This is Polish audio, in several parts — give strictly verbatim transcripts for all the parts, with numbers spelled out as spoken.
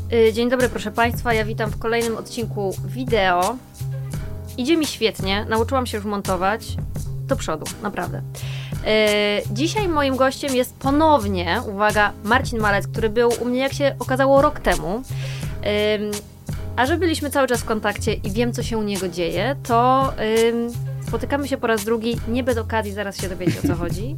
Dzień dobry, proszę Państwa, ja witam w kolejnym odcinku wideo. Idzie mi świetnie, nauczyłam się już montować do przodu, naprawdę. Dzisiaj moim gościem jest ponownie, uwaga, Marcin Malec, który był u mnie, jak się okazało, rok temu. A że byliśmy cały czas w kontakcie i wiem, co się u niego dzieje, to spotykamy się po raz drugi, nie bez okazji, zaraz się dowiecie, o co chodzi.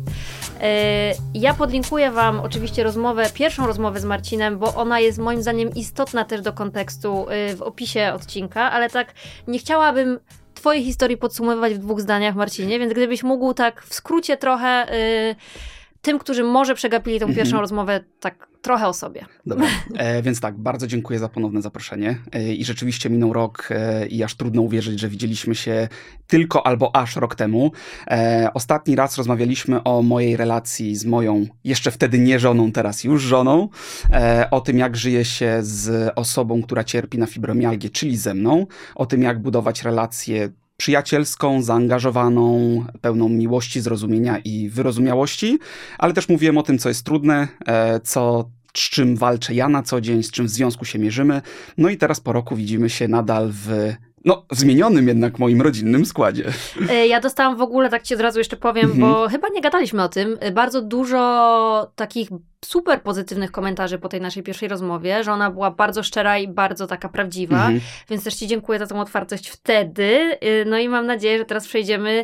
Ja podlinkuję Wam oczywiście rozmowę, pierwszą rozmowę z Marcinem, bo ona jest moim zdaniem istotna też do kontekstu w opisie odcinka, ale tak nie chciałabym Twojej historii podsumowywać w dwóch zdaniach, Marcinie, więc gdybyś mógł tak w skrócie trochę tym, którzy może przegapili tą pierwszą mhm. rozmowę, tak trochę o sobie. Dobra, e, więc tak, bardzo dziękuję za ponowne zaproszenie e, i rzeczywiście minął rok e, i aż trudno uwierzyć, że widzieliśmy się tylko albo aż rok temu. E, ostatni raz rozmawialiśmy o mojej relacji z moją, jeszcze wtedy nie żoną, teraz już żoną, e, o tym, jak żyje się z osobą, która cierpi na fibromialgię, czyli ze mną, o tym, jak budować relację przyjacielską, zaangażowaną, pełną miłości, zrozumienia i wyrozumiałości, ale też mówiłem o tym, co jest trudne, co, z czym walczę ja na co dzień, z czym w związku się mierzymy. No i teraz po roku widzimy się nadal w... No, w zmienionym jednak moim rodzinnym składzie. Ja dostałam w ogóle, tak ci od razu jeszcze powiem, mhm. bo chyba nie gadaliśmy o tym, bardzo dużo takich super pozytywnych komentarzy po tej naszej pierwszej rozmowie, że ona była bardzo szczera i bardzo taka prawdziwa, mhm. więc też ci dziękuję za tą otwartość wtedy, no i mam nadzieję, że teraz przejdziemy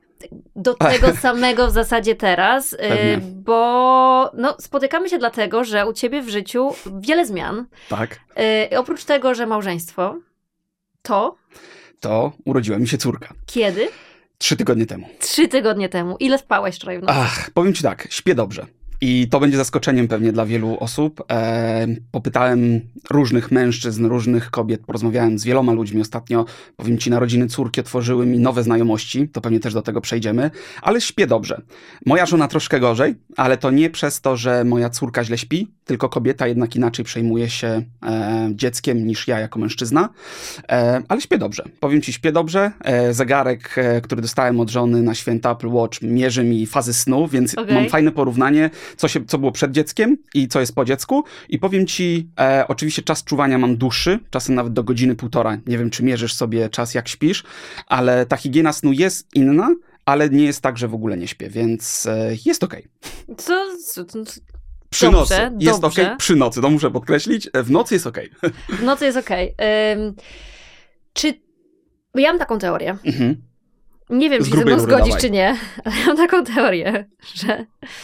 do tego samego w zasadzie teraz, Pewnie. bo no, spotykamy się dlatego, że u ciebie w życiu wiele zmian. Tak. Oprócz tego, że małżeństwo, to? To urodziła mi się córka. Kiedy? Trzy tygodnie temu. Trzy tygodnie temu. Ile spałeś wczoraj w nocy? Ach, powiem ci tak, śpię dobrze. I to będzie zaskoczeniem pewnie dla wielu osób. E, popytałem różnych mężczyzn, różnych kobiet, porozmawiałem z wieloma ludźmi ostatnio. Powiem ci, narodziny córki otworzyły mi nowe znajomości, to pewnie też do tego przejdziemy, ale śpię dobrze. Moja żona troszkę gorzej, ale to nie przez to, że moja córka źle śpi, tylko kobieta jednak inaczej przejmuje się e, dzieckiem niż ja jako mężczyzna. E, ale śpię dobrze. Powiem ci, śpię dobrze. E, zegarek, e, który dostałem od żony na święta, Apple Watch, mierzy mi fazy snu, więc okay. mam fajne porównanie, co, się, co było przed dzieckiem i co jest po dziecku. I powiem ci, e, oczywiście czas czuwania mam dłuższy, czasem nawet do godziny, półtora. Nie wiem, czy mierzysz sobie czas, jak śpisz, ale ta higiena snu jest inna, ale nie jest tak, że w ogóle nie śpię, więc e, jest okej. Okay. Co? co, co? Przy dobrze, nocy. Jest okej okay, przy nocy, to muszę podkreślić. W nocy jest okej. Okay. W nocy jest okej. Okay. Um, czy... Ja mam taką teorię. Mhm. Nie wiem, czy się ze mną zgodzisz, dawaj. czy nie, ale mam taką teorię, że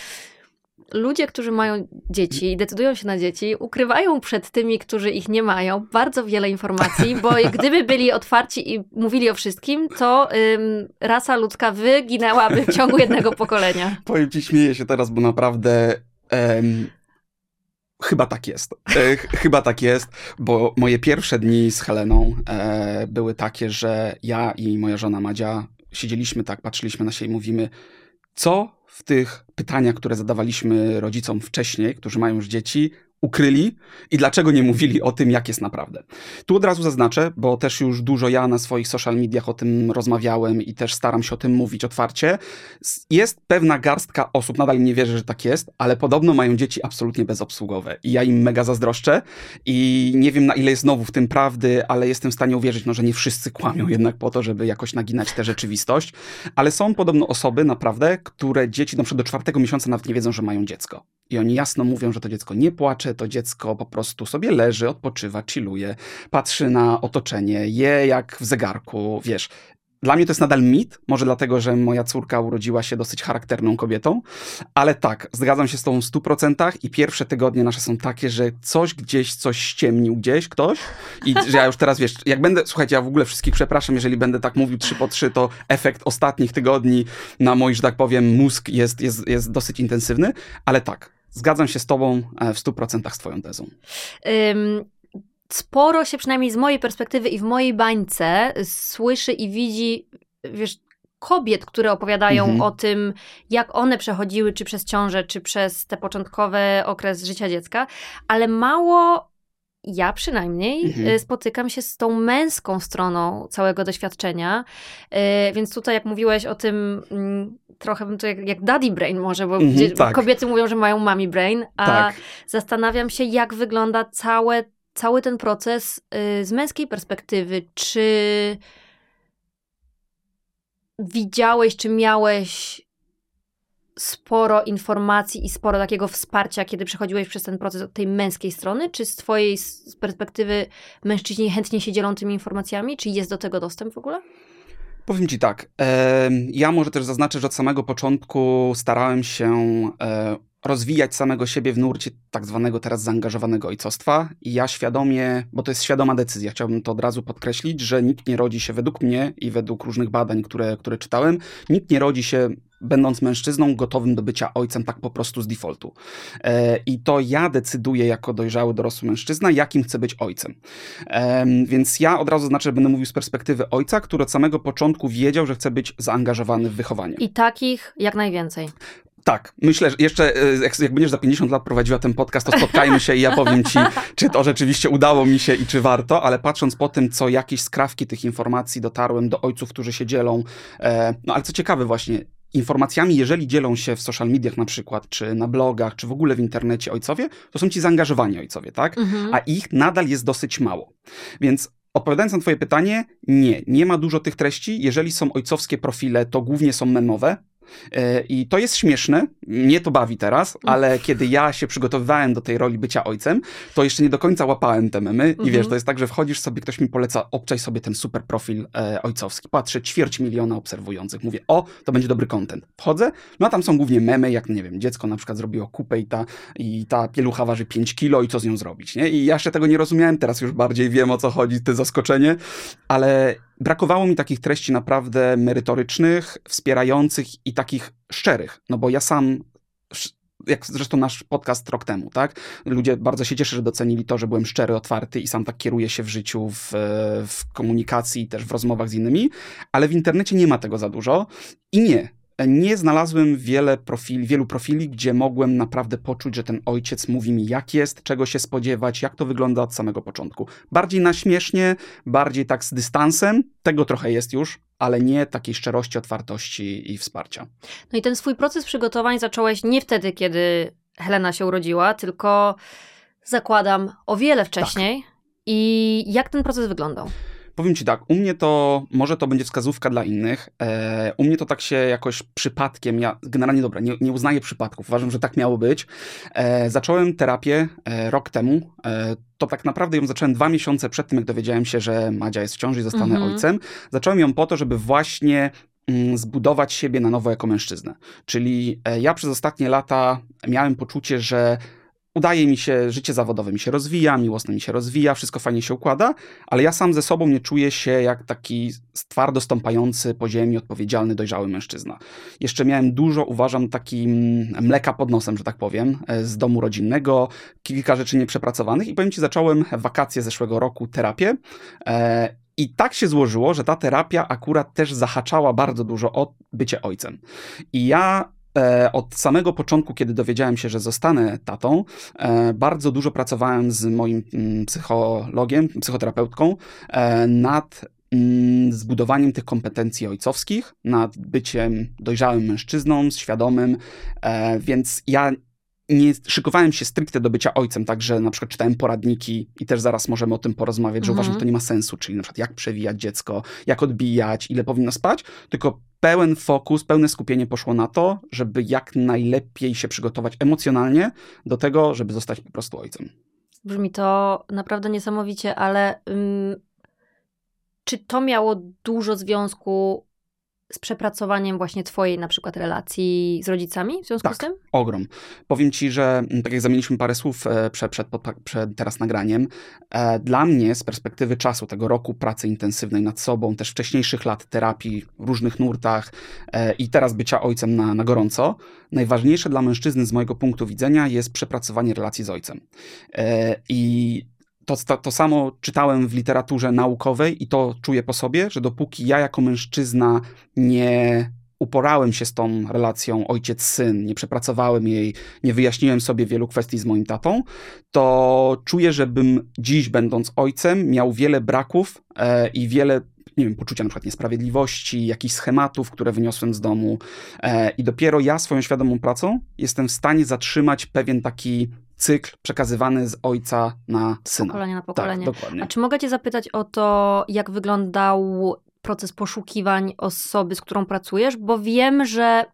ludzie, którzy mają dzieci i decydują się na dzieci, ukrywają przed tymi, którzy ich nie mają, bardzo wiele informacji, bo gdyby byli otwarci i mówili o wszystkim, to ym, rasa ludzka wyginęłaby w ciągu jednego pokolenia. Powiem ci, śmieję się teraz, bo naprawdę... Um... Chyba tak jest. E, ch- chyba tak jest, bo moje pierwsze dni z Heleną e, były takie, że ja i moja żona Madzia siedzieliśmy tak, patrzyliśmy na siebie i mówimy, co w tych pytaniach, które zadawaliśmy rodzicom wcześniej, którzy mają już dzieci, ukryli i dlaczego nie mówili o tym, jak jest naprawdę. Tu od razu zaznaczę, bo też już dużo ja na swoich social mediach o tym rozmawiałem i też staram się o tym mówić otwarcie. Jest pewna garstka osób, nadal nie wierzę, że tak jest, ale podobno mają dzieci absolutnie bezobsługowe i ja im mega zazdroszczę i nie wiem, na ile jest znowu w tym prawdy, ale jestem w stanie uwierzyć, no, że nie wszyscy kłamią jednak po to, żeby jakoś naginać tę rzeczywistość, ale są podobno osoby naprawdę, które dzieci na przykład do czwartego miesiąca nawet nie wiedzą, że mają dziecko. I oni jasno mówią, że to dziecko nie płacze, to dziecko po prostu sobie leży, odpoczywa, chilluje, patrzy na otoczenie, je jak w zegarku, wiesz. Dla mnie to jest nadal mit, może dlatego, że moja córka urodziła się dosyć charakterną kobietą, ale tak, zgadzam się z tobą w stu procentach i pierwsze tygodnie nasze są takie, że coś gdzieś, coś ściemnił gdzieś ktoś i że ja już teraz, wiesz, jak będę, słuchajcie, ja w ogóle wszystkich przepraszam, jeżeli będę tak mówił trzy po trzy, to efekt ostatnich tygodni na mój, że tak powiem, mózg jest, jest, jest dosyć intensywny, ale tak, zgadzam się z tobą w stu procentach z twoją tezą. Um... Sporo się, przynajmniej z mojej perspektywy i w mojej bańce, słyszy i widzi, wiesz, kobiet, które opowiadają mhm. o tym, jak one przechodziły, czy przez ciążę, czy przez te początkowe okres życia dziecka, ale mało, ja przynajmniej, mhm. spotykam się z tą męską stroną całego doświadczenia, więc tutaj jak mówiłeś o tym, trochę bym to jak, jak daddy brain może, bo mhm, tak. kobiety mówią, że mają mommy brain, a tak. zastanawiam się, jak wygląda całe cały ten proces y, z męskiej perspektywy, czy widziałeś, czy miałeś sporo informacji i sporo takiego wsparcia, kiedy przechodziłeś przez ten proces od tej męskiej strony? Czy z twojej z perspektywy mężczyźni chętnie się dzielą tymi informacjami? Czy jest do tego dostęp w ogóle? Powiem ci tak, e, ja może też zaznaczę, że od samego początku starałem się e, rozwijać samego siebie w nurcie tak zwanego teraz zaangażowanego ojcostwa i ja świadomie, bo to jest świadoma decyzja, chciałbym to od razu podkreślić, że nikt nie rodzi się według mnie i według różnych badań, które, które czytałem, nikt nie rodzi się będąc mężczyzną gotowym do bycia ojcem tak po prostu z defaultu. E, I to ja decyduję jako dojrzały, dorosły mężczyzna, jakim chcę być ojcem. E, więc ja od razu znaczę, że będę mówił z perspektywy ojca, który od samego początku wiedział, że chce być zaangażowany w wychowanie. I takich jak najwięcej. Tak, myślę, że jeszcze jak, jak będziesz za pięćdziesiąt lat prowadziła ten podcast, to spotkajmy się i ja powiem ci, czy to rzeczywiście udało mi się i czy warto, ale patrząc po tym, co jakieś skrawki tych informacji dotarłem do ojców, którzy się dzielą, e, no ale co ciekawe właśnie, informacjami, jeżeli dzielą się w social mediach na przykład, czy na blogach, czy w ogóle w internecie ojcowie, to są ci zaangażowani ojcowie, tak? Mhm. A ich nadal jest dosyć mało. Więc odpowiadając na twoje pytanie, nie, nie ma dużo tych treści. Jeżeli są ojcowskie profile, to głównie są memowe. I to jest śmieszne, mnie to bawi teraz, ale kiedy ja się przygotowywałem do tej roli bycia ojcem, to jeszcze nie do końca łapałem te memy i wiesz, to jest tak, że wchodzisz sobie, ktoś mi poleca, obczaj sobie ten super profil e, ojcowski, patrzę, ćwierć miliona obserwujących, mówię, o, to będzie dobry content. Wchodzę, no a tam są głównie memy, jak nie wiem, dziecko na przykład zrobiło kupę i ta, i ta pielucha waży pięć kilo i co z nią zrobić, nie? I ja jeszcze tego nie rozumiałem, teraz już bardziej wiem, o co chodzi, to zaskoczenie, ale brakowało mi takich treści naprawdę merytorycznych, wspierających i takich szczerych, no bo ja sam, jak zresztą nasz podcast rok temu, tak? Ludzie bardzo się cieszę, że docenili to, że byłem szczery, otwarty i sam tak kieruję się w życiu, w, w komunikacji, też w rozmowach z innymi, ale w internecie nie ma tego za dużo i nie. Nie znalazłem wiele profili, wielu profili, gdzie mogłem naprawdę poczuć, że ten ojciec mówi mi, jak jest, czego się spodziewać, jak to wygląda od samego początku. Bardziej na śmiesznie, bardziej tak z dystansem, tego trochę jest już, ale nie takiej szczerości, otwartości i wsparcia. No i ten swój proces przygotowań zacząłeś nie wtedy, kiedy Helena się urodziła, tylko zakładam o wiele wcześniej. Tak. I jak ten proces wyglądał? Powiem ci tak, u mnie to, może to będzie wskazówka dla innych, e, u mnie to tak się jakoś przypadkiem, ja generalnie dobra, nie, nie uznaję przypadków, uważam, że tak miało być. E, zacząłem terapię e, rok temu, e, to tak naprawdę ją zacząłem dwa miesiące przed tym, jak dowiedziałem się, że Madzia jest w ciąży i zostanę mhm. ojcem. Zacząłem ją po to, żeby właśnie mm, zbudować siebie na nowo jako mężczyznę. Czyli e, ja przez ostatnie lata miałem poczucie, że udaje mi się, życie zawodowe mi się rozwija, miłosne mi się rozwija, wszystko fajnie się układa, ale ja sam ze sobą nie czuję się jak taki twardo stąpający po ziemi, odpowiedzialny, dojrzały mężczyzna. Jeszcze miałem dużo, uważam, taki mleka pod nosem, że tak powiem, z domu rodzinnego, kilka rzeczy nieprzepracowanych i powiem ci, zacząłem w wakacje zeszłego roku terapię. E, I tak się złożyło, że ta terapia akurat też zahaczała bardzo dużo o bycie ojcem. I ja od samego początku, kiedy dowiedziałem się, że zostanę tatą, bardzo dużo pracowałem z moim psychologiem, psychoterapeutką nad zbudowaniem tych kompetencji ojcowskich, nad byciem dojrzałym mężczyzną, świadomym, więc ja nie szykowałem się stricte do bycia ojcem, także na przykład czytałem poradniki i też zaraz możemy o tym porozmawiać, mhm. że uważam, że to nie ma sensu, czyli na przykład jak przewijać dziecko, jak odbijać, ile powinno spać, tylko pełen fokus, pełne skupienie poszło na to, żeby jak najlepiej się przygotować emocjonalnie do tego, żeby zostać po prostu ojcem. Brzmi to naprawdę niesamowicie, ale ym, czy to miało dużo związku z przepracowaniem właśnie twojej na przykład relacji z rodzicami w związku tak, z tym? ogrom. Powiem ci, że tak jak zamieniliśmy parę słów przed, przed, przed teraz nagraniem, dla mnie z perspektywy czasu, tego roku pracy intensywnej nad sobą, też wcześniejszych lat terapii w różnych nurtach i teraz bycia ojcem na, na gorąco, najważniejsze dla mężczyzny z mojego punktu widzenia jest przepracowanie relacji z ojcem. I To, to, to samo czytałem w literaturze naukowej i to czuję po sobie, że dopóki ja jako mężczyzna nie uporałem się z tą relacją ojciec-syn, nie przepracowałem jej, nie wyjaśniłem sobie wielu kwestii z moim tatą, to czuję, żebym dziś, będąc ojcem, miał wiele braków e, i wiele, nie wiem, poczucia na przykład niesprawiedliwości, jakichś schematów, które wyniosłem z domu e, i dopiero ja swoją świadomą pracą jestem w stanie zatrzymać pewien taki cykl przekazywany z ojca na syna. Pokolenie na pokolenie. Tak, dokładnie. A czy mogę cię zapytać o to, jak wyglądał proces poszukiwań osoby, z którą pracujesz? Bo wiem, że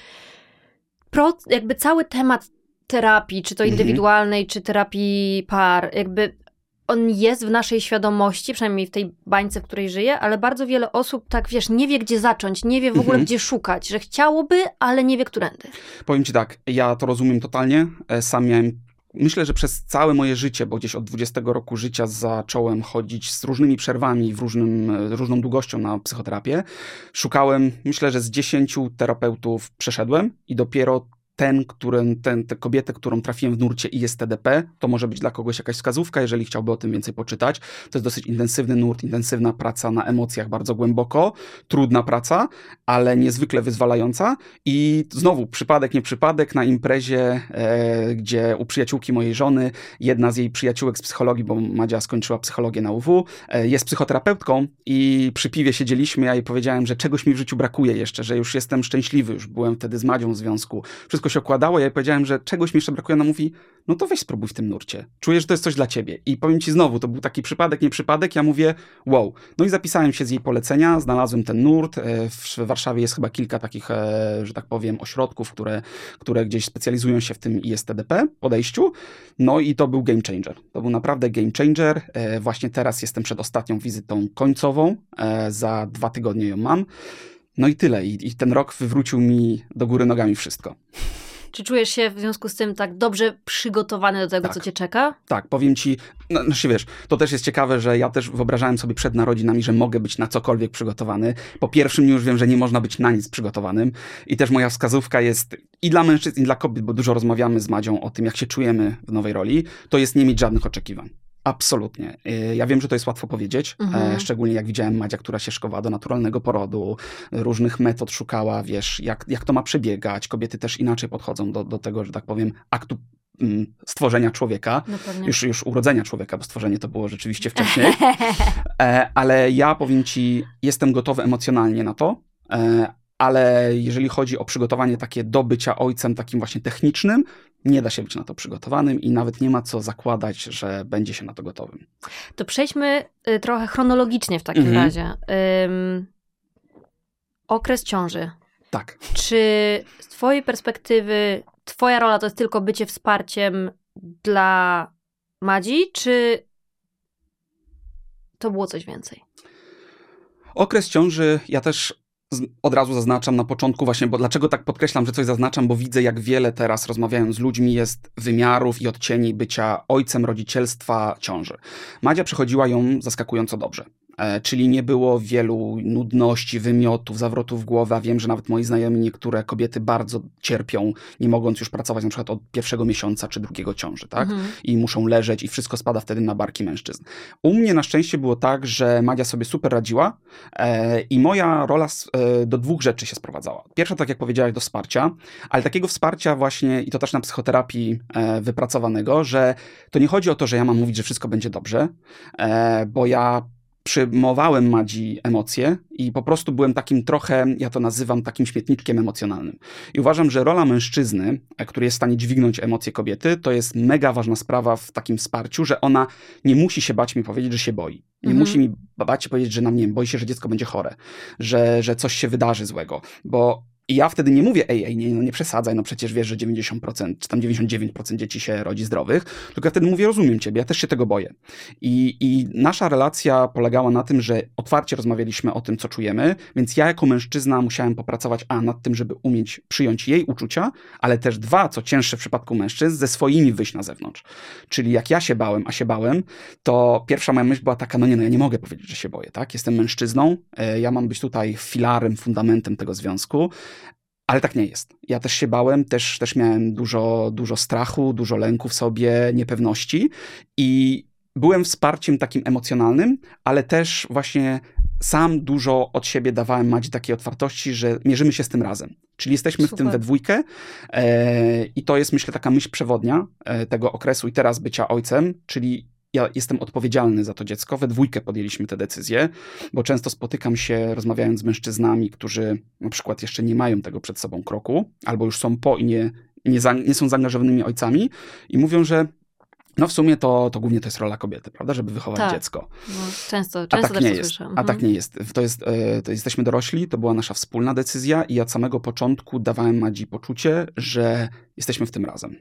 pro, jakby cały temat terapii, czy to indywidualnej, mhm. czy terapii par, jakby on jest w naszej świadomości, przynajmniej w tej bańce, w której żyję, ale bardzo wiele osób tak, wiesz, nie wie, gdzie zacząć, nie wie w ogóle, mhm. gdzie szukać, że chciałoby, ale nie wie, którędy. Powiem ci tak, ja to rozumiem totalnie. Sam miałem, myślę, że przez całe moje życie, bo gdzieś od dwudziestego roku życia zacząłem chodzić z różnymi przerwami, w różnym, różną długością na psychoterapię. Szukałem, myślę, że z dziesięciu terapeutów przeszedłem i dopiero ten, którym, ten, tę kobietę, którą trafiłem w nurcie I S T D P, to może być dla kogoś jakaś wskazówka, jeżeli chciałby o tym więcej poczytać. To jest dosyć intensywny nurt, intensywna praca na emocjach bardzo głęboko, trudna praca, ale niezwykle wyzwalająca. I znowu, przypadek, nie przypadek, na imprezie, e, gdzie u przyjaciółki mojej żony, jedna z jej przyjaciółek z psychologii, bo Madzia skończyła psychologię na U W, e, jest psychoterapeutką i przy piwie siedzieliśmy, ja jej powiedziałem, że czegoś mi w życiu brakuje jeszcze, że już jestem szczęśliwy, już byłem wtedy z Madzią w związku. Wszystko się okładało, ja jej powiedziałem, że czegoś mi jeszcze brakuje, ona mówi, no to weź spróbuj w tym nurcie. Czuję, że to jest coś dla ciebie. I powiem ci znowu, to był taki przypadek, nie przypadek, ja mówię, wow. No i zapisałem się z jej polecenia, znalazłem ten nurt. W Warszawie jest chyba kilka takich, że tak powiem, ośrodków, które, które gdzieś specjalizują się w tym I S T D P podejściu. No i to był game changer. To był naprawdę game changer. Właśnie teraz jestem przed ostatnią wizytą końcową. Za dwa tygodnie ją mam. No i tyle. I, I ten rok wywrócił mi do góry nogami wszystko. Czy czujesz się w związku z tym tak dobrze przygotowany do tego, tak. co cię czeka? Tak, powiem ci, no, znaczy wiesz, to też jest ciekawe, że ja też wyobrażałem sobie przed narodzinami, że mogę być na cokolwiek przygotowany. Po pierwszym dniu już wiem, że nie można być na nic przygotowanym i też moja wskazówka jest i dla mężczyzn, i dla kobiet, bo dużo rozmawiamy z Madzią o tym, jak się czujemy w nowej roli, to jest nie mieć żadnych oczekiwań. Absolutnie. Ja wiem, że to jest łatwo powiedzieć, mhm. szczególnie jak widziałem Madzia, która się szykowała do naturalnego porodu, różnych metod szukała, wiesz, jak, jak to ma przebiegać. Kobiety też inaczej podchodzą do, do tego, że tak powiem, aktu mm, stworzenia człowieka, no już, już urodzenia człowieka, bo stworzenie to było rzeczywiście wcześniej. e, ale ja powiem ci, jestem gotowy emocjonalnie na to, e, ale jeżeli chodzi o przygotowanie takie do bycia ojcem takim właśnie technicznym, nie da się być na to przygotowanym i nawet nie ma co zakładać, że będzie się na to gotowym. To przejdźmy y, trochę chronologicznie w takim mhm. razie. Ym, okres ciąży. Tak. Czy z twojej perspektywy twoja rola to jest tylko bycie wsparciem dla Madzi, czy to było coś więcej? Okres ciąży, ja też od razu zaznaczam na początku właśnie, bo dlaczego tak podkreślam, że coś zaznaczam, bo widzę, jak wiele teraz rozmawiając z ludźmi jest wymiarów i odcieni bycia ojcem, rodzicielstwa, ciąży. Madzia przechodziła ją zaskakująco dobrze. E, czyli nie było wielu nudności, wymiotów, zawrotów głowy, a wiem, że nawet moi znajomi, niektóre kobiety bardzo cierpią, nie mogąc już pracować na przykład od pierwszego miesiąca czy drugiego ciąży, tak? Mhm. I muszą leżeć i wszystko spada wtedy na barki mężczyzn. U mnie na szczęście było tak, że Madzia sobie super radziła e, i moja rola e, do dwóch rzeczy się sprowadzała. Pierwsza, tak jak powiedziałaś, do wsparcia, ale takiego wsparcia właśnie, i to też na psychoterapii e, wypracowanego, że to nie chodzi o to, że ja mam mówić, że wszystko będzie dobrze, e, bo ja przyjmowałem Madzi emocje i po prostu byłem takim trochę, ja to nazywam takim śmietniczkiem emocjonalnym. I uważam, że rola mężczyzny, który jest w stanie dźwignąć emocje kobiety, to jest mega ważna sprawa w takim wsparciu, że ona nie musi się bać mi powiedzieć, że się boi. Nie mhm. musi mi bać się powiedzieć, że nam nie wiem, boi się, że dziecko będzie chore, że, że coś się wydarzy złego, bo i ja wtedy nie mówię, ej, ej, nie, no nie przesadzaj, no przecież wiesz, że dziewięćdziesiąt procent czy tam dziewięćdziesiąt dziewięć procent dzieci się rodzi zdrowych, tylko ja wtedy mówię, rozumiem ciebie, ja też się tego boję. I, i nasza relacja polegała na tym, że otwarcie rozmawialiśmy o tym, co czujemy, więc ja jako mężczyzna musiałem popracować a, nad tym, żeby umieć przyjąć jej uczucia, ale też dwa, co cięższe w przypadku mężczyzn, ze swoimi wyjść na zewnątrz. Czyli jak ja się bałem, a się bałem, to pierwsza moja myśl była taka, no nie, no ja nie mogę powiedzieć, że się boję, tak? Jestem mężczyzną, ja mam być tutaj filarem, fundamentem tego związku. Ale tak nie jest. Ja też się bałem, też, też miałem dużo, dużo strachu, dużo lęku w sobie, niepewności i byłem wsparciem takim emocjonalnym, ale też właśnie sam dużo od siebie dawałem Madzi takiej otwartości, że mierzymy się z tym razem. Czyli jesteśmy Super. w tym we dwójkę e, i to jest, myślę, taka myśl przewodnia e, tego okresu i teraz bycia ojcem, czyli ja jestem odpowiedzialny za to dziecko. We dwójkę podjęliśmy te decyzje, bo często spotykam się, rozmawiając z mężczyznami, którzy na przykład jeszcze nie mają tego przed sobą kroku, albo już są po i nie, nie, za, nie są zaangażowanymi ojcami i mówią, że no w sumie to, to głównie to jest rola kobiety, prawda, żeby wychować tak. dziecko. No, często, A często tak też nie to jest. słyszę. A Mhm. tak nie jest. To jest to jesteśmy dorośli, to była nasza wspólna decyzja i ja od samego początku dawałem Madzi poczucie, że jesteśmy w tym razem.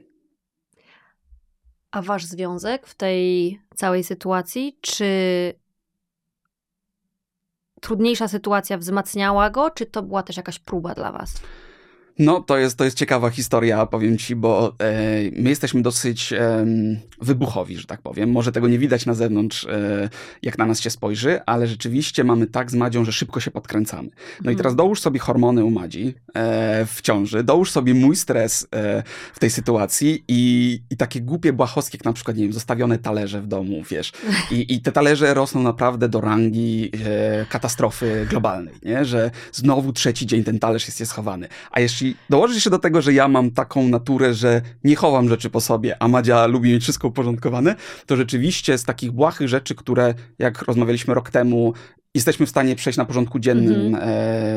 A wasz związek w tej całej sytuacji, czy trudniejsza sytuacja wzmacniała go, czy to była też jakaś próba dla was? No, to jest, to jest ciekawa historia, powiem ci, bo e, my jesteśmy dosyć e, wybuchowi, że tak powiem. Może tego nie widać na zewnątrz, e, jak na nas się spojrzy, ale rzeczywiście mamy tak z Madzią, że szybko się podkręcamy. No Mhm. i teraz dołóż sobie hormony u Madzi e, w ciąży, dołóż sobie mój stres e, w tej sytuacji i, i takie głupie błahostki, jak na przykład, nie wiem, zostawione talerze w domu, wiesz. I, i te talerze rosną naprawdę do rangi e, katastrofy globalnej, nie? Że znowu trzeci dzień ten talerz jest nieschowany. A jeśli dołożysz jeszcze do tego, że ja mam taką naturę, że nie chowam rzeczy po sobie, a Madzia lubi mieć wszystko uporządkowane, to rzeczywiście z takich błahych rzeczy, które jak rozmawialiśmy rok temu, jesteśmy w stanie przejść na porządku dziennym Mhm.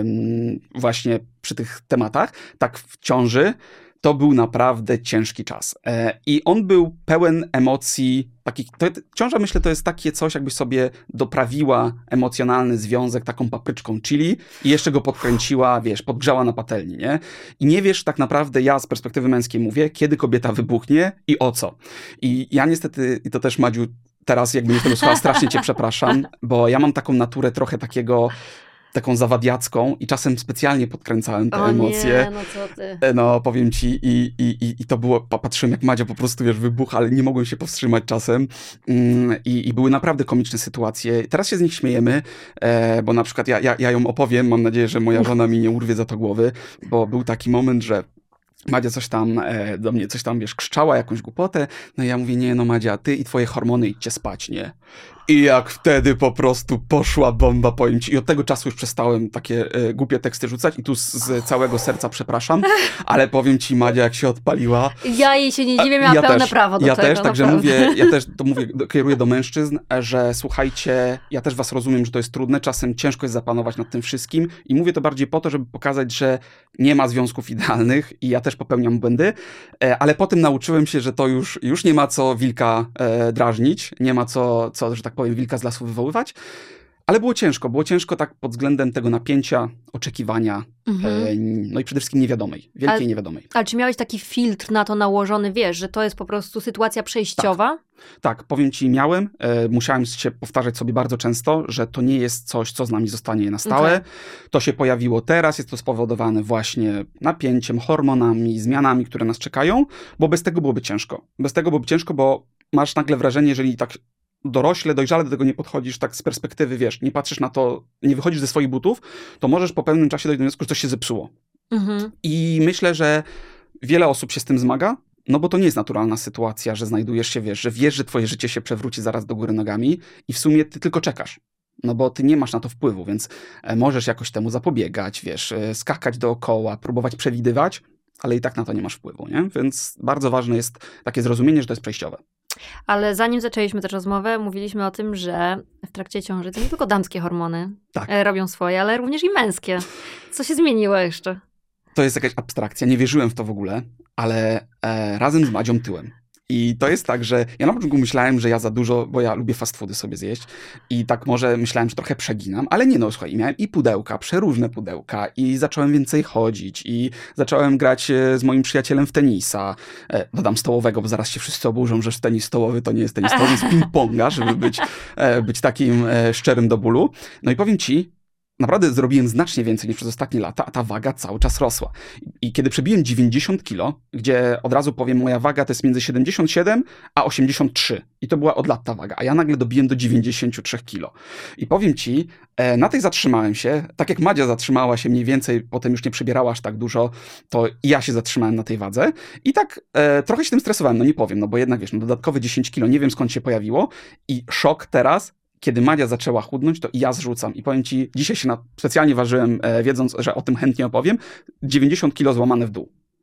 e, właśnie przy tych tematach, tak w ciąży, to był naprawdę ciężki czas. E, I on był pełen emocji takich, to, ciąża myślę to jest takie coś, jakbyś sobie doprawiła emocjonalny związek taką papryczką chili i jeszcze go podkręciła, wiesz, podgrzała na patelni, nie? I nie wiesz tak naprawdę, ja z perspektywy męskiej mówię, kiedy kobieta wybuchnie i o co. I ja niestety, i to też Madziu, teraz jakby nie tego słuchała, strasznie cię przepraszam, bo ja mam taką naturę trochę takiego, taką zawadiacką i czasem specjalnie podkręcałem te o emocje. nie, no co ty. No, powiem ci i, i, i, i to było, patrzyłem jak Madzia po prostu, wiesz, wybucha, ale nie mogłem się powstrzymać czasem mm, i, i były naprawdę komiczne sytuacje. Teraz się z nich śmiejemy, e, bo na przykład ja, ja, ja ją opowiem, mam nadzieję, że moja żona mi nie urwie za to głowy, bo był taki moment, że Madzia coś tam e, do mnie, coś tam, wiesz, krzyczała, jakąś głupotę, no i ja mówię, nie no Madzia, ty i twoje hormony idźcie spać, nie? I jak wtedy po prostu poszła bomba, powiem ci. I od tego czasu już przestałem takie e, głupie teksty rzucać i tu z, z całego serca przepraszam, ale powiem ci, Madzia, jak się odpaliła. Ja jej się nie dziwię, miała ja pełne też, prawo do ja tego. też, także naprawdę. mówię, ja też to mówię, kieruję do mężczyzn, że słuchajcie, ja też was rozumiem, że to jest trudne, czasem ciężko jest zapanować nad tym wszystkim i mówię to bardziej po to, żeby pokazać, że nie ma związków idealnych i ja też popełniam błędy, ale potem nauczyłem się, że to już, już nie ma co wilka e, drażnić, nie ma co, co, że tak powiem, wilka z lasu wywoływać, ale było ciężko, było ciężko tak pod względem tego napięcia, oczekiwania, Mhm. e, no i przede wszystkim niewiadomej, wielkiej Ale- niewiadomej. Ale czy miałeś taki filtr na to nałożony, wiesz, że to jest po prostu sytuacja przejściowa? Tak, powiem ci, miałem, e, musiałem się powtarzać sobie bardzo często, że to nie jest coś, co z nami zostanie na stałe. Okej. To się pojawiło teraz, jest to spowodowane właśnie napięciem, hormonami, zmianami, które nas czekają, bo bez tego byłoby ciężko. Bez tego byłoby ciężko, bo masz nagle wrażenie, jeżeli tak dorośle, dojrzale do tego nie podchodzisz, tak z perspektywy, wiesz, nie patrzysz na to, nie wychodzisz ze swoich butów, to możesz po pewnym czasie dojść do wniosku, że coś się zepsuło. Mhm. I myślę, że wiele osób się z tym zmaga, no bo to nie jest naturalna sytuacja, że znajdujesz się, wiesz, że wiesz, że twoje życie się przewróci zaraz do góry nogami i w sumie ty tylko czekasz. No bo ty nie masz na to wpływu, więc e, możesz jakoś temu zapobiegać, wiesz, e, skakać dookoła, próbować przewidywać, ale i tak na to nie masz wpływu, nie? Więc bardzo ważne jest takie zrozumienie, że to jest przejściowe. Ale zanim zaczęliśmy też rozmowę, mówiliśmy o tym, że w trakcie ciąży to nie tylko damskie hormony Tak. e, robią swoje, ale również i męskie. Co się zmieniło jeszcze? To jest jakaś abstrakcja, nie wierzyłem w to w ogóle, ale e, razem z Madzią tyłem. I to jest tak, że ja na początku myślałem, że ja za dużo, bo ja lubię fast foody sobie zjeść i tak może myślałem, że trochę przeginam, ale nie no, słuchaj, miałem i pudełka, przeróżne pudełka i zacząłem więcej chodzić i zacząłem grać e, z moim przyjacielem w tenisa. E, dodam stołowego, bo zaraz się wszyscy oburzą, że tenis stołowy to nie jest tenis stołowy, jest ping-ponga, żeby być, e, być takim e, szczerym do bólu. No i powiem ci, naprawdę zrobiłem znacznie więcej niż przez ostatnie lata, a ta waga cały czas rosła. I kiedy przebiłem dziewięćdziesiąt kilo, gdzie od razu powiem, moja waga to jest między siedemdziesiąt siedem a osiemdziesiąt trzy. I to była od lat ta waga, a ja nagle dobiłem do dziewięćdziesiąt trzy kilo. I powiem ci, na tej zatrzymałem się, tak jak Madzia zatrzymała się mniej więcej, potem już nie przebierała aż tak dużo, to i ja się zatrzymałem na tej wadze. I tak e, trochę się tym stresowałem, no nie powiem, no bo jednak wiesz, no dodatkowe dziesięć kilo, nie wiem skąd się pojawiło. I szok teraz, kiedy Madzia zaczęła chudnąć, to i ja zrzucam. I powiem ci, dzisiaj się na, specjalnie ważyłem, e, wiedząc, że o tym chętnie opowiem, dziewięćdziesiąt kilo złamane w dół.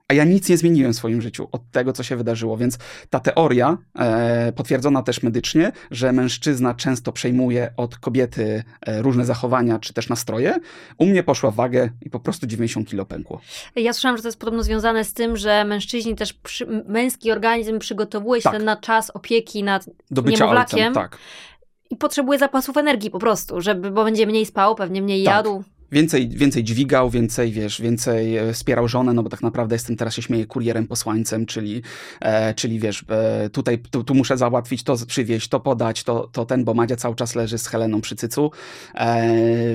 A ja nic nie zmieniłem w swoim życiu od tego, co się wydarzyło, więc ta teoria, e, potwierdzona też medycznie, że mężczyzna często przejmuje od kobiety e, różne zachowania, czy też nastroje, u mnie poszła w wagę i po prostu dziewięćdziesiąt kilo pękło. Ja słyszałam, że to jest podobno związane z tym, że mężczyźni też, przy, męski organizm przygotowuje się Tak. na czas opieki nad Do bycia niemowlakiem. ojcem, tak. I potrzebuje zapasów energii po prostu, żeby, bo będzie mniej spał, pewnie mniej Tak. jadł. Więcej, więcej dźwigał, więcej, wiesz, więcej e, wspierał żonę, no bo tak naprawdę jestem, teraz się śmieję, kurierem posłańcem, czyli, e, czyli wiesz, e, tutaj tu, tu muszę załatwić, to przywieźć, to podać, to, to ten, bo Madzia cały czas leży z Heleną przy cycu. E,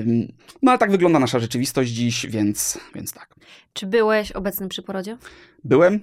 no ale tak wygląda nasza rzeczywistość dziś, więc, więc tak. Czy byłeś obecny przy porodzie? Byłem,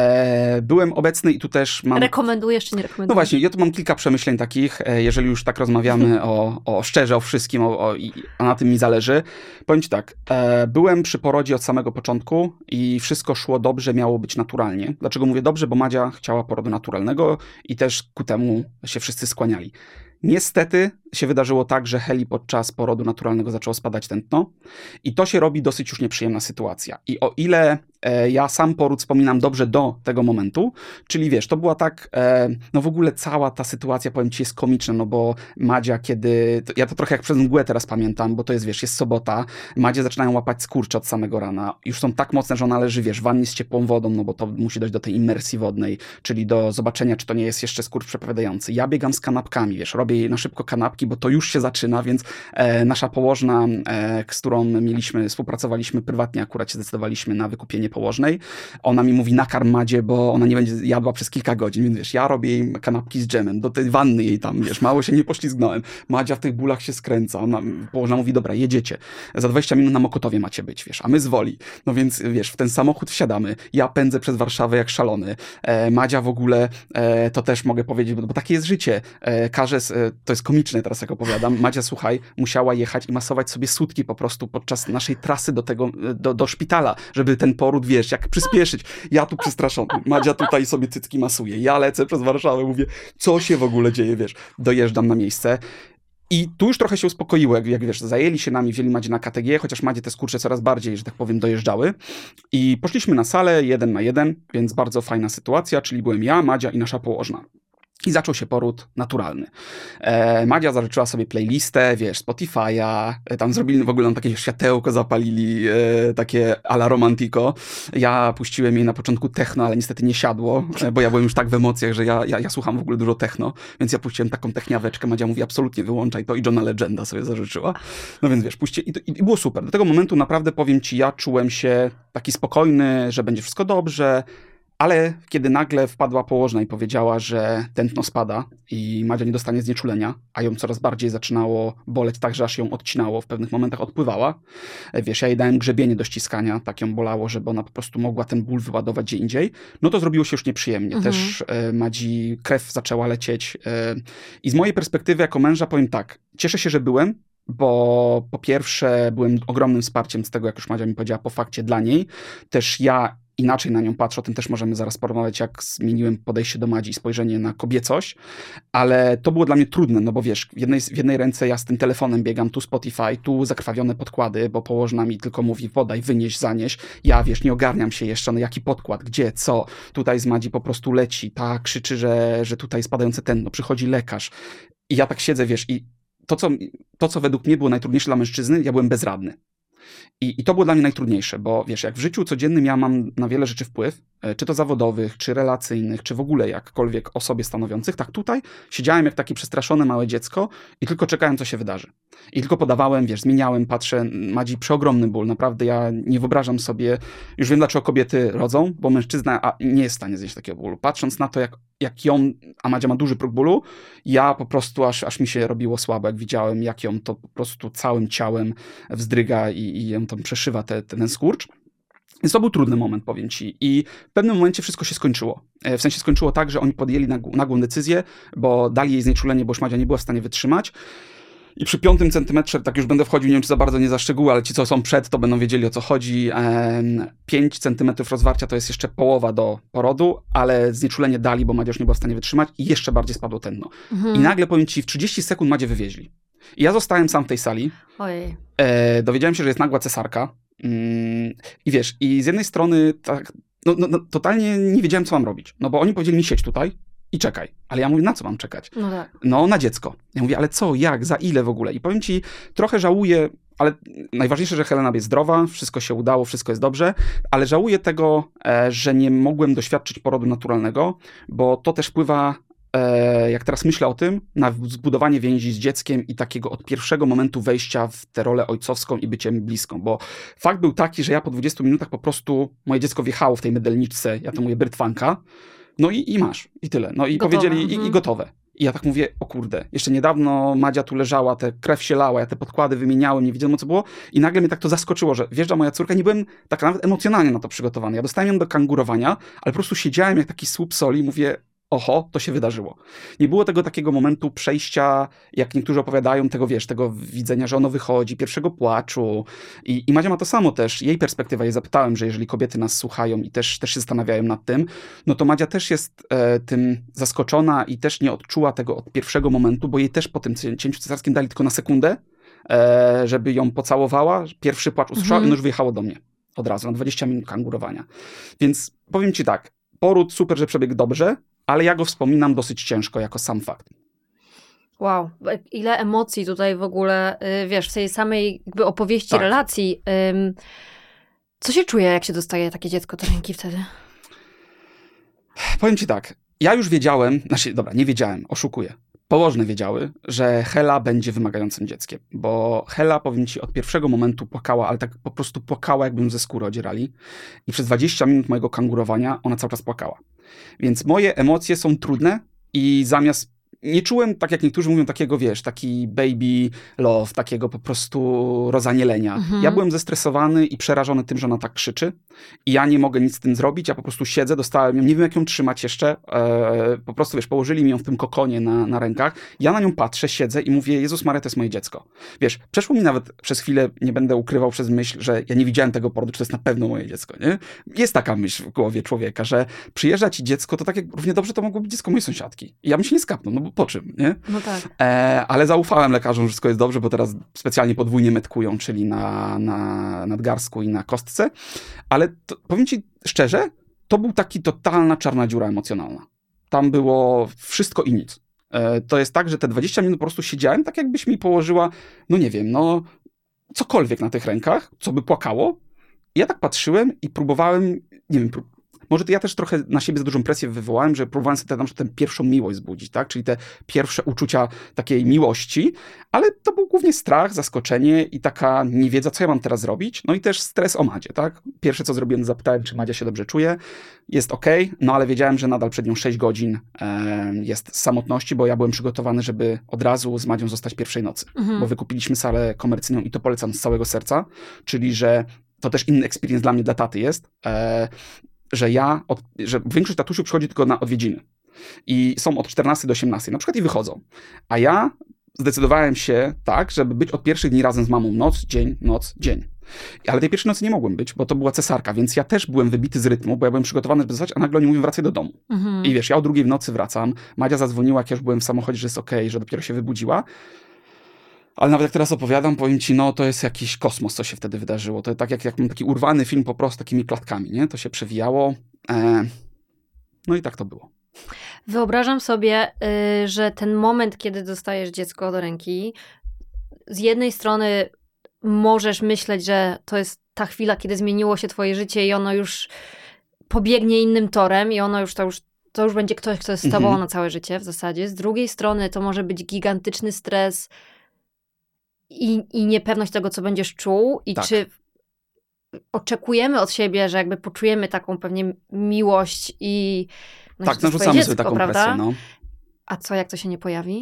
e, byłem obecny i tu też mam... Rekomendujesz czy nie No rekomendujesz? właśnie, ja tu mam kilka przemyśleń takich, e, jeżeli już tak rozmawiamy o, o szczerze, o wszystkim, o, o, i, a na tym mi zależy. Powiem ci tak, e, byłem przy porodzie od samego początku i wszystko szło dobrze, miało być naturalnie. Dlaczego mówię dobrze? Bo Madzia chciała porodu naturalnego i też ku temu się wszyscy skłaniali. Niestety się wydarzyło tak, że Heli podczas porodu naturalnego zaczęło spadać tętno i to się robi dosyć już nieprzyjemna sytuacja. I o ile e, ja sam poród wspominam dobrze do tego momentu, czyli wiesz, to była tak, e, no w ogóle cała ta sytuacja, powiem ci, jest komiczna, no bo Madzia, kiedy, to, ja to trochę jak przez mgłę teraz pamiętam, bo to jest, wiesz, jest sobota, Madzie zaczynają łapać skurcze od samego rana, już są tak mocne, że ona leży, wiesz, w wannie z ciepłą wodą, no bo to musi dojść do tej imersji wodnej, czyli do zobaczenia, czy to nie jest jeszcze skurcz przepowiadający. Ja biegam z kanapkami, wiesz, robię jej na szybko kanapki, bo to już się zaczyna, więc e, nasza położna, e, z którą mieliśmy, współpracowaliśmy prywatnie, akurat się zdecydowaliśmy na wykupienie położnej. Ona mi mówi, nakarm Madzie, bo ona nie będzie jadła przez kilka godzin, więc wiesz, ja robię jej kanapki z dżemem, do tej wanny jej tam, wiesz, mało się nie poślizgnąłem. Madzia w tych bólach się skręca, ona, położna mówi, dobra, jedziecie, za dwadzieścia minut na Mokotowie macie być, wiesz, a my z Woli. No więc, wiesz, w ten samochód wsiadamy, ja pędzę przez Warszawę jak szalony. E, Madzia w ogóle, e, to też mogę powiedzieć, bo, bo takie jest życie. E, każe, e, to jest komiczne teraz, jak opowiadam. Madzia, słuchaj, musiała jechać i masować sobie sutki po prostu podczas naszej trasy do tego, do, do szpitala, żeby ten poród, wiesz, jak przyspieszyć. Ja tu przestraszony. Madzia tutaj sobie cycki masuje. Ja lecę przez Warszawę, mówię, co się w ogóle dzieje, wiesz. Dojeżdżam na miejsce. I tu już trochę się uspokoiło, jak, jak wiesz, zajęli się nami, wzięli Madzie na K T G, chociaż Madzie te skurcze coraz bardziej, że tak powiem, dojeżdżały. I poszliśmy na salę jeden na jeden, więc bardzo fajna sytuacja, czyli byłem ja, Madzia i nasza położna. I zaczął się poród naturalny. E, Madzia zażyczyła sobie playlistę, wiesz, Spotify'a, e, tam zrobili w ogóle takie światełko, zapalili, e, takie a la romantico. Ja puściłem jej na początku techno, ale niestety nie siadło, e, bo ja byłem już tak w emocjach, że ja, ja, ja słucham w ogóle dużo techno, więc ja puściłem taką techniaweczkę. Madzia mówi, absolutnie wyłączaj to i Johna Legenda sobie zażyczyła. No więc wiesz, puśćcie i, to, i było super. Do tego momentu naprawdę, powiem ci, ja czułem się taki spokojny, że będzie wszystko dobrze. Ale kiedy nagle wpadła położna i powiedziała, że tętno spada i Madzia nie dostanie znieczulenia, a ją coraz bardziej zaczynało boleć tak, że aż ją odcinało, w pewnych momentach odpływała. Wiesz, ja jej dałem grzebienie do ściskania, tak ją bolało, żeby ona po prostu mogła ten ból wyładować gdzie indziej. No to zrobiło się już nieprzyjemnie. Mhm. Też e, Madzi krew zaczęła lecieć. E, I z mojej perspektywy jako męża powiem tak, cieszę się, że byłem, bo po pierwsze byłem ogromnym wsparciem z tego, jak już Madzia mi powiedziała, po fakcie dla niej. Też ja inaczej na nią patrzę, o tym też możemy zaraz porozmawiać, jak zmieniłem podejście do Madzi i spojrzenie na kobiecość, ale to było dla mnie trudne, no bo wiesz, w jednej, w jednej ręce ja z tym telefonem biegam, tu Spotify, tu zakrwawione podkłady, bo położna mi tylko mówi podaj, wynieś, zanieś, ja wiesz, nie ogarniam się jeszcze, no jaki podkład, gdzie, co, tutaj z Madzi po prostu leci, ta krzyczy, że, że tutaj spadające tętno, przychodzi lekarz i ja tak siedzę, wiesz, i to co, to, co według mnie było najtrudniejsze dla mężczyzny, ja byłem bezradny. I, I to było dla mnie najtrudniejsze, bo wiesz, jak w życiu codziennym ja mam na wiele rzeczy wpływ, czy to zawodowych, czy relacyjnych, czy w ogóle jakkolwiek o sobie stanowiących, tak tutaj siedziałem jak takie przestraszone małe dziecko i tylko czekałem, co się wydarzy. I tylko podawałem, wiesz, zmieniałem, patrzę, Madzi przeogromny ból, naprawdę ja nie wyobrażam sobie, już wiem dlaczego kobiety rodzą, bo mężczyzna a, nie jest w stanie znieść takiego bólu. Patrząc na to, jak, jak ją, a Madzia ma duży próg bólu, ja po prostu aż, aż mi się robiło słabo, jak widziałem, jak ją to po prostu całym ciałem wzdryga i, i ją tam przeszywa te, ten skurcz. Więc to był trudny moment, powiem ci. I w pewnym momencie wszystko się skończyło. W sensie skończyło tak, że oni podjęli nagłą, nagłą decyzję, bo dali jej znieczulenie, bo już Madzia nie była w stanie wytrzymać. I przy piątym centymetrze, tak już będę wchodził, nie wiem czy za bardzo, nie za szczegóły, ale ci, co są przed, to będą wiedzieli, o co chodzi. pięć centymetrów rozwarcia to jest jeszcze połowa do porodu, ale znieczulenie dali, bo Madzia już nie była w stanie wytrzymać i jeszcze bardziej spadło tętno. Mhm. I nagle, powiem ci, w trzydzieści sekund Madzię wywieźli. I ja zostałem sam w tej sali. Ojej. E, dowiedziałem się, że jest nagła cesarka. Mm, I wiesz, i z jednej strony tak, no, no, no totalnie nie wiedziałem, co mam robić. No bo oni powiedzieli mi siedź tutaj i czekaj. Ale ja mówię, na co mam czekać? No tak. No na dziecko. Ja mówię, ale co, jak, za ile w ogóle? I powiem ci, trochę żałuję, ale najważniejsze, że Helena jest zdrowa, wszystko się udało, wszystko jest dobrze, ale żałuję tego, e, że nie mogłem doświadczyć porodu naturalnego, bo to też wpływa, e, jak teraz myślę o tym, na zbudowanie więzi z dzieckiem i takiego od pierwszego momentu wejścia w tę rolę ojcowską i byciem bliską, bo fakt był taki, że ja po dwudziestu minutach po prostu, moje dziecko wjechało w tej mydelniczce, ja to mówię brytwanka, no i, i masz, i tyle. No i Gotowe. powiedzieli, Mhm. i, i gotowe. I ja tak mówię, o kurde, jeszcze niedawno Madzia tu leżała, te krew się lała, ja te podkłady wymieniałem, nie wiedziałem, o co było i nagle mnie tak to zaskoczyło, że wjeżdża moja córka, nie byłem tak nawet emocjonalnie na to przygotowany. Ja dostałem ją do kangurowania, ale po prostu siedziałem jak taki słup soli i mówię, oho, to się wydarzyło. Nie było tego takiego momentu przejścia, jak niektórzy opowiadają, tego wiesz, tego widzenia, że ono wychodzi, pierwszego płaczu. I, i Madzia ma to samo też. Jej perspektywa, jej zapytałem, że jeżeli kobiety nas słuchają i też, też się zastanawiają nad tym, no to Madzia też jest e, tym zaskoczona i też nie odczuła tego od pierwszego momentu, bo jej też po tym cięciu cesarskim dali tylko na sekundę, e, żeby ją pocałowała. Pierwszy płacz usłyszała Mhm. i ono już wyjechało do mnie od razu, na dwadzieścia minut kangurowania. Więc powiem ci tak, poród super, że przebiegł dobrze, ale ja go wspominam dosyć ciężko, jako sam fakt. Wow, ile emocji tutaj w ogóle, y, wiesz, w tej samej jakby opowieści, Tak. relacji. Ym, co się czuje, jak się dostaje takie dziecko do ręki wtedy? Powiem ci tak, ja już wiedziałem, znaczy, dobra, nie wiedziałem, oszukuję. Położne wiedziały, że Hela będzie wymagającym dzieckiem, bo Hela, powiem ci, od pierwszego momentu płakała, ale tak po prostu płakała, jakbym ze skóry odzierali. I przez dwadzieścia minut mojego kangurowania ona cały czas płakała. Więc moje emocje są trudne i zamiast nie czułem, tak jak niektórzy mówią, takiego, wiesz, taki baby love, takiego po prostu rozanielenia. Mhm. Ja byłem zestresowany i przerażony tym, że ona tak krzyczy i ja nie mogę nic z tym zrobić, ja po prostu siedzę, dostałem ją, nie wiem jak ją trzymać jeszcze, e, po prostu, wiesz, położyli mi ją w tym kokonie na, na rękach, ja na nią patrzę, siedzę i mówię, Jezus Maria, to jest moje dziecko. Wiesz, przeszło mi nawet przez chwilę, nie będę ukrywał przez myśl, że ja nie widziałem tego porodu, czy to jest na pewno moje dziecko, nie? Jest taka myśl w głowie człowieka, że przyjeżdża ci dziecko, to tak jak równie dobrze to mogło być dziecko mojej sąsiadki. I ja bym się nie skapnął, no bo po czym, nie? No tak. E, ale zaufałem lekarzom, że wszystko jest dobrze, bo teraz specjalnie podwójnie metkują, czyli na, na nadgarsku i na kostce. Ale to, powiem ci szczerze, to był taki totalna czarna dziura emocjonalna. Tam było wszystko i nic. E, to jest tak, że te dwadzieścia minut po prostu siedziałem, tak jakbyś mi położyła, no nie wiem, no cokolwiek na tych rękach, co by płakało. I ja tak patrzyłem i próbowałem, nie wiem, prób może to ja też trochę na siebie za dużą presję wywołałem, że próbowałem sobie tę, tę pierwszą miłość zbudzić, tak? Czyli te pierwsze uczucia takiej miłości, ale to był głównie strach, zaskoczenie i taka niewiedza, co ja mam teraz zrobić. No i też stres o Madzie, tak? Pierwsze, co zrobiłem, zapytałem, czy Madzia się dobrze czuje. Jest okej, no ale wiedziałem, że nadal przed nią sześć godzin e, jest z samotności, bo ja byłem przygotowany, żeby od razu z Madzią zostać pierwszej nocy. Mhm. Bo wykupiliśmy salę komercyjną i to polecam z całego serca, czyli że to też inny experience dla mnie, dla taty jest, e, że ja, od, że większość tatusiów przychodzi tylko na odwiedziny i są od czternastej do osiemnastej na przykład i wychodzą, a ja zdecydowałem się tak, żeby być od pierwszych dni razem z mamą noc, dzień, noc, dzień. Ale tej pierwszej nocy nie mogłem być, bo to była cesarka, więc ja też byłem wybity z rytmu, bo ja byłem przygotowany, żeby zostać, a nagle oni mówią, wracaj do domu. Mhm. I wiesz, ja o drugiej w nocy wracam, Madzia zadzwoniła, jak ja już byłem w samochodzie, że jest okej, że dopiero się wybudziła. Ale nawet jak teraz opowiadam, powiem ci, no to jest jakiś kosmos, co się wtedy wydarzyło. To tak jak, jak mam taki urwany film po prostu takimi klatkami, nie? To się przewijało. E... No i tak to było. Wyobrażam sobie, y, że ten moment, kiedy dostajesz dziecko do ręki, z jednej strony możesz myśleć, że to jest ta chwila, kiedy zmieniło się twoje życie i ono już pobiegnie innym torem i ono już to już to już będzie ktoś, kto jest z tobą Mhm. na całe życie w zasadzie. Z drugiej strony to może być gigantyczny stres i, i niepewność tego, co będziesz czuł i Tak. czy oczekujemy od siebie, że jakby poczujemy taką pewnie miłość i no, Tak, że to jest twoje narzucamy dziecko, sobie taką prawda? presję, no. A co, jak to się nie pojawi?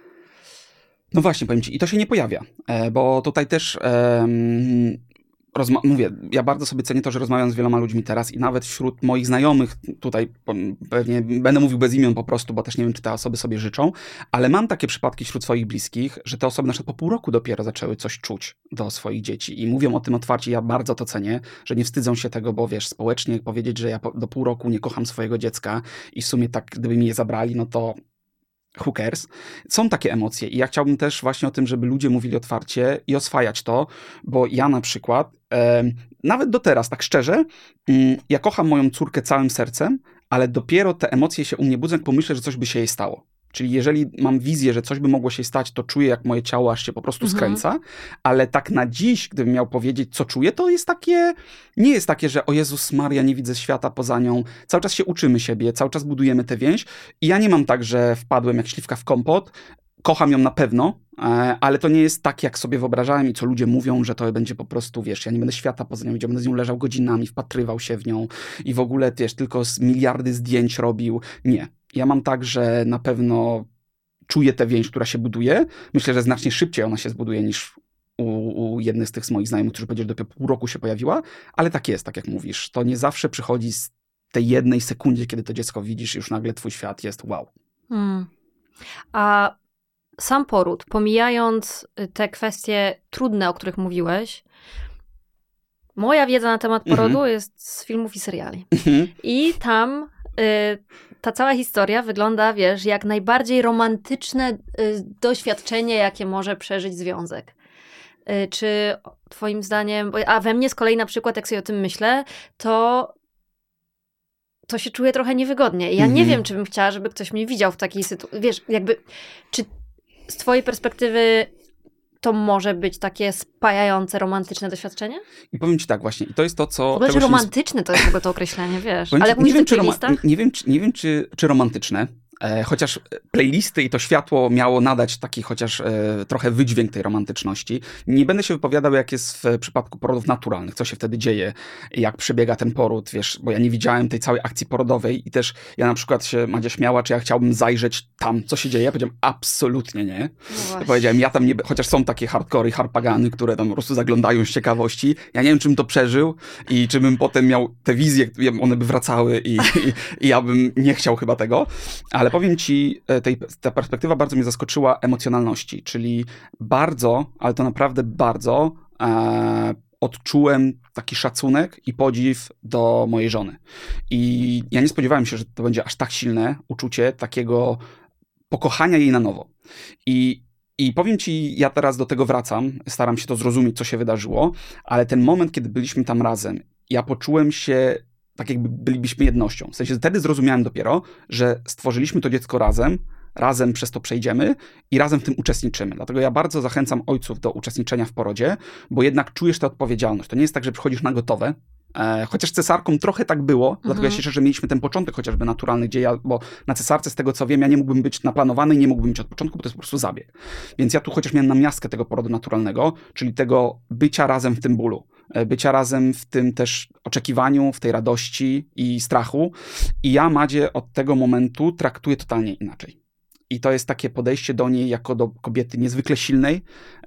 No właśnie, powiem ci, i to się nie pojawia, e, bo tutaj też em, rozma- mówię, ja bardzo sobie cenię to, że rozmawiam z wieloma ludźmi teraz i nawet wśród moich znajomych, tutaj po, pewnie będę mówił bez imion po prostu, bo też nie wiem, czy te osoby sobie życzą, ale mam takie przypadki wśród swoich bliskich, że te osoby na przykład po pół roku dopiero zaczęły coś czuć do swoich dzieci i mówią o tym otwarcie, ja bardzo to cenię, że nie wstydzą się tego, bo wiesz, społecznie powiedzieć, że ja po, do pół roku nie kocham swojego dziecka i w sumie tak, gdyby mi je zabrali, no to who cares? Są takie emocje i ja chciałbym też właśnie o tym, żeby ludzie mówili otwarcie i oswajać to, bo ja na przykład, e, nawet do teraz, tak szczerze, mm, ja kocham moją córkę całym sercem, ale dopiero te emocje się u mnie budzą, jak pomyślę, że coś by się jej stało. Czyli jeżeli mam wizję, że coś by mogło się stać, to czuję, jak moje ciało aż się po prostu skręca, mhm. ale tak na dziś, gdybym miał powiedzieć, co czuję, to jest takie, nie jest takie, że o Jezus Maria, nie widzę świata poza nią. Cały czas się uczymy siebie, cały czas budujemy tę więź i ja nie mam tak, że wpadłem jak śliwka w kompot. Kocham ją na pewno, ale to nie jest tak, jak sobie wyobrażałem i co ludzie mówią, że to będzie po prostu, wiesz, ja nie będę świata poza nią, będę z nią leżał godzinami, wpatrywał się w nią i w ogóle, wiesz, tylko z miliardy zdjęć robił. Nie. Ja mam tak, że na pewno czuję tę więź, która się buduje. Myślę, że znacznie szybciej ona się zbuduje niż u, u jednych z tych z moich znajomych, którzy powiedzieli, że dopiero pół roku się pojawiła, ale tak jest, tak jak mówisz. To nie zawsze przychodzi z tej jednej sekundzie, kiedy to dziecko widzisz, już nagle twój świat jest wow. Hmm. A sam poród, pomijając te kwestie trudne, o których mówiłeś, moja wiedza na temat porodu mm-hmm. jest z filmów i seriali. Mm-hmm. I tam y, ta cała historia wygląda, wiesz, jak najbardziej romantyczne y, doświadczenie, jakie może przeżyć związek. Y, czy twoim zdaniem, a we mnie z kolei na przykład, jak sobie o tym myślę, to to się czuję trochę niewygodnie. Ja mm-hmm. nie wiem, czy bym chciała, żeby ktoś mnie widział w takiej sytuacji. Wiesz, jakby, czy z twojej perspektywy to może być takie spajające, romantyczne doświadczenie? I powiem ci tak właśnie, i to jest to, co... W ogóle, że romantyczne to jest w ogóle to określenie, wiesz. Ale ci, jak mówisz nie, o wiem, playlistach? Nie wiem, czy, nie wiem czy, czy romantyczne, e, chociaż playlisty i to światło miało nadać taki chociaż e, trochę wydźwięk tej romantyczności. Nie będę się wypowiadał, jak jest w przypadku porodów naturalnych, co się wtedy dzieje, jak przebiega ten poród, wiesz, bo ja nie widziałem tej całej akcji porodowej i też ja na przykład się Madzia śmiała, czy ja chciałbym zajrzeć tam, co się dzieje. Ja powiedziałem, absolutnie nie. No powiedziałem, ja tam nie, chociaż są takie hardcore i harpagany, które tam po prostu zaglądają z ciekawości. Ja nie wiem, czym to przeżył i czy bym potem miał te wizje, one by wracały i, i, i ja bym nie chciał chyba tego, ale powiem ci, tej, ta perspektywa bardzo mnie zaskoczyła emocjonalności, czyli bardzo, ale to naprawdę bardzo e, odczułem taki szacunek i podziw do mojej żony. I ja nie spodziewałem się, że to będzie aż tak silne uczucie takiego pokochania jej na nowo. I I powiem ci, ja teraz do tego wracam, staram się to zrozumieć, co się wydarzyło, ale ten moment, kiedy byliśmy tam razem, ja poczułem się tak, jakby bylibyśmy jednością. W sensie wtedy zrozumiałem dopiero, że stworzyliśmy to dziecko razem, razem przez to przejdziemy i razem w tym uczestniczymy. Dlatego ja bardzo zachęcam ojców do uczestniczenia w porodzie, bo jednak czujesz tę odpowiedzialność. To nie jest tak, że przychodzisz na gotowe, E, chociaż cesarką trochę tak było, mhm. dlatego ja się cieszę, że mieliśmy ten początek chociażby naturalny, gdzie ja, bo na cesarce z tego co wiem, ja nie mógłbym być naplanowany i nie mógłbym być od początku, bo to jest po prostu zabieg. Więc ja tu chociaż miałem namiastkę tego porodu naturalnego, czyli tego bycia razem w tym bólu, e, bycia razem w tym też oczekiwaniu, w tej radości i strachu. I ja Madzie od tego momentu traktuję totalnie inaczej. I to jest takie podejście do niej jako do kobiety niezwykle silnej.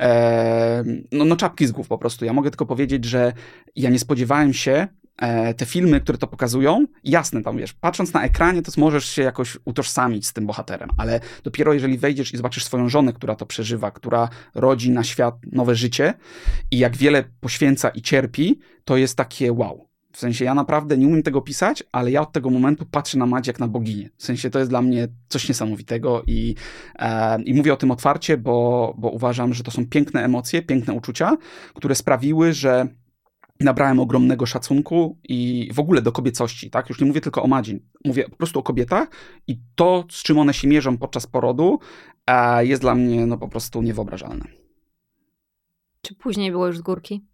E, no, no czapki z głów po prostu. Ja mogę tylko powiedzieć, że ja nie spodziewałem się, e, te filmy, które to pokazują, jasne tam wiesz, patrząc na ekranie, to możesz się jakoś utożsamić z tym bohaterem, ale dopiero jeżeli wejdziesz i zobaczysz swoją żonę, która to przeżywa, która rodzi na świat nowe życie i jak wiele poświęca i cierpi, to jest takie wow. W sensie ja naprawdę nie umiem tego pisać, ale ja od tego momentu patrzę na Madzie jak na boginię. W sensie to jest dla mnie coś niesamowitego i, e, i mówię o tym otwarcie, bo, bo uważam, że to są piękne emocje, piękne uczucia, które sprawiły, że nabrałem ogromnego szacunku i w ogóle do kobiecości, tak? Już nie mówię tylko o Madzi, mówię po prostu o kobietach i to, z czym one się mierzą podczas porodu, e, jest dla mnie no po prostu niewyobrażalne. Czy później było już z górki?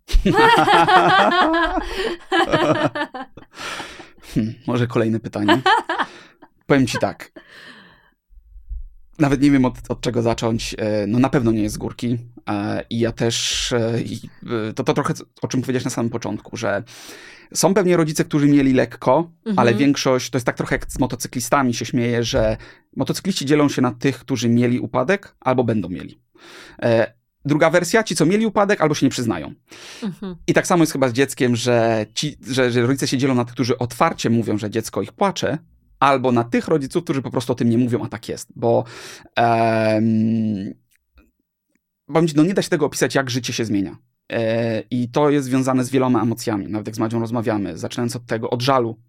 hmm, może kolejne pytanie. Powiem ci tak. Nawet nie wiem od, od czego zacząć. No na pewno nie jest z górki. I ja też... To, to trochę o czym powiedziałeś na samym początku, że są pewnie rodzice, którzy mieli lekko, mhm. ale większość, to jest tak trochę jak z motocyklistami się śmieje, że motocykliści dzielą się na tych, którzy mieli upadek albo będą mieli. Druga wersja, ci co mieli upadek albo się nie przyznają. Mhm. I tak samo jest chyba z dzieckiem, że, ci, że, że rodzice się dzielą na tych, którzy otwarcie mówią, że dziecko ich płacze, albo na tych rodziców, którzy po prostu o tym nie mówią, a tak jest. Bo um, no nie da się tego opisać, jak życie się zmienia. E, I to jest związane z wieloma emocjami. Nawet jak z Madzią rozmawiamy, zaczynając od tego, od żalu,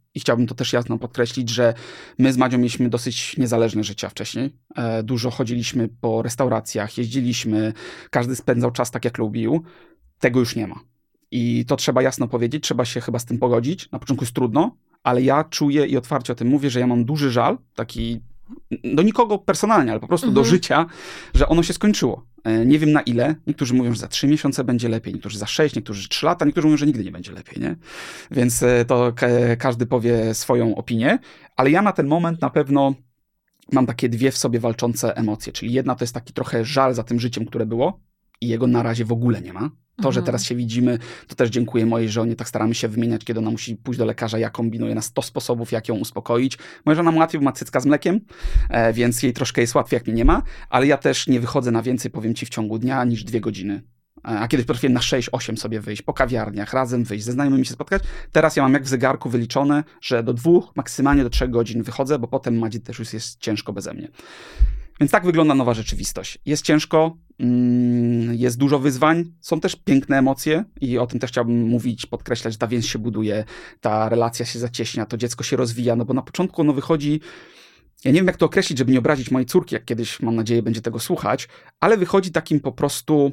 i chciałbym to też jasno podkreślić, że my z Madzią mieliśmy dosyć niezależne życia wcześniej. E, dużo chodziliśmy po restauracjach, jeździliśmy, każdy spędzał czas tak, jak lubił. Tego już nie ma. I to trzeba jasno powiedzieć, trzeba się chyba z tym pogodzić. Na początku jest trudno, ale ja czuję i otwarcie o tym mówię, że ja mam duży żal, taki do nikogo personalnie, ale po prostu mhm. do życia, że ono się skończyło. Nie wiem na ile. Niektórzy mówią, że za trzy miesiące będzie lepiej, niektórzy za sześć, niektórzy trzy lata, niektórzy mówią, że nigdy nie będzie lepiej, nie? Więc to ka- każdy powie swoją opinię, ale ja na ten moment na pewno mam takie dwie w sobie walczące emocje, czyli jedna to jest taki trochę żal za tym życiem, które było i jego na razie w ogóle nie ma. To, że teraz się widzimy, to też dziękuję mojej żonie, tak staramy się wymieniać, kiedy ona musi pójść do lekarza, ja kombinuję na sto sposobów, jak ją uspokoić. Moja żona ma łatwiej, bo ma cycka z mlekiem, e, więc jej troszkę jest łatwiej, jak mnie nie ma, ale ja też nie wychodzę na więcej, powiem ci, w ciągu dnia niż dwie godziny. E, a kiedyś potrafiłem na sześć osiem sobie wyjść, po kawiarniach, razem wyjść, ze znajomymi się spotkać. Teraz ja mam jak w zegarku wyliczone, że do dwóch, maksymalnie do trzech godzin wychodzę, bo potem Madzi też już jest ciężko beze mnie. Więc tak wygląda nowa rzeczywistość. Jest ciężko, jest dużo wyzwań, są też piękne emocje i o tym też chciałbym mówić, podkreślać, że ta więź się buduje, ta relacja się zacieśnia, to dziecko się rozwija, no bo na początku ono wychodzi, ja nie wiem jak to określić, żeby nie obrazić mojej córki, jak kiedyś, mam nadzieję, będzie tego słuchać, ale wychodzi takim po prostu,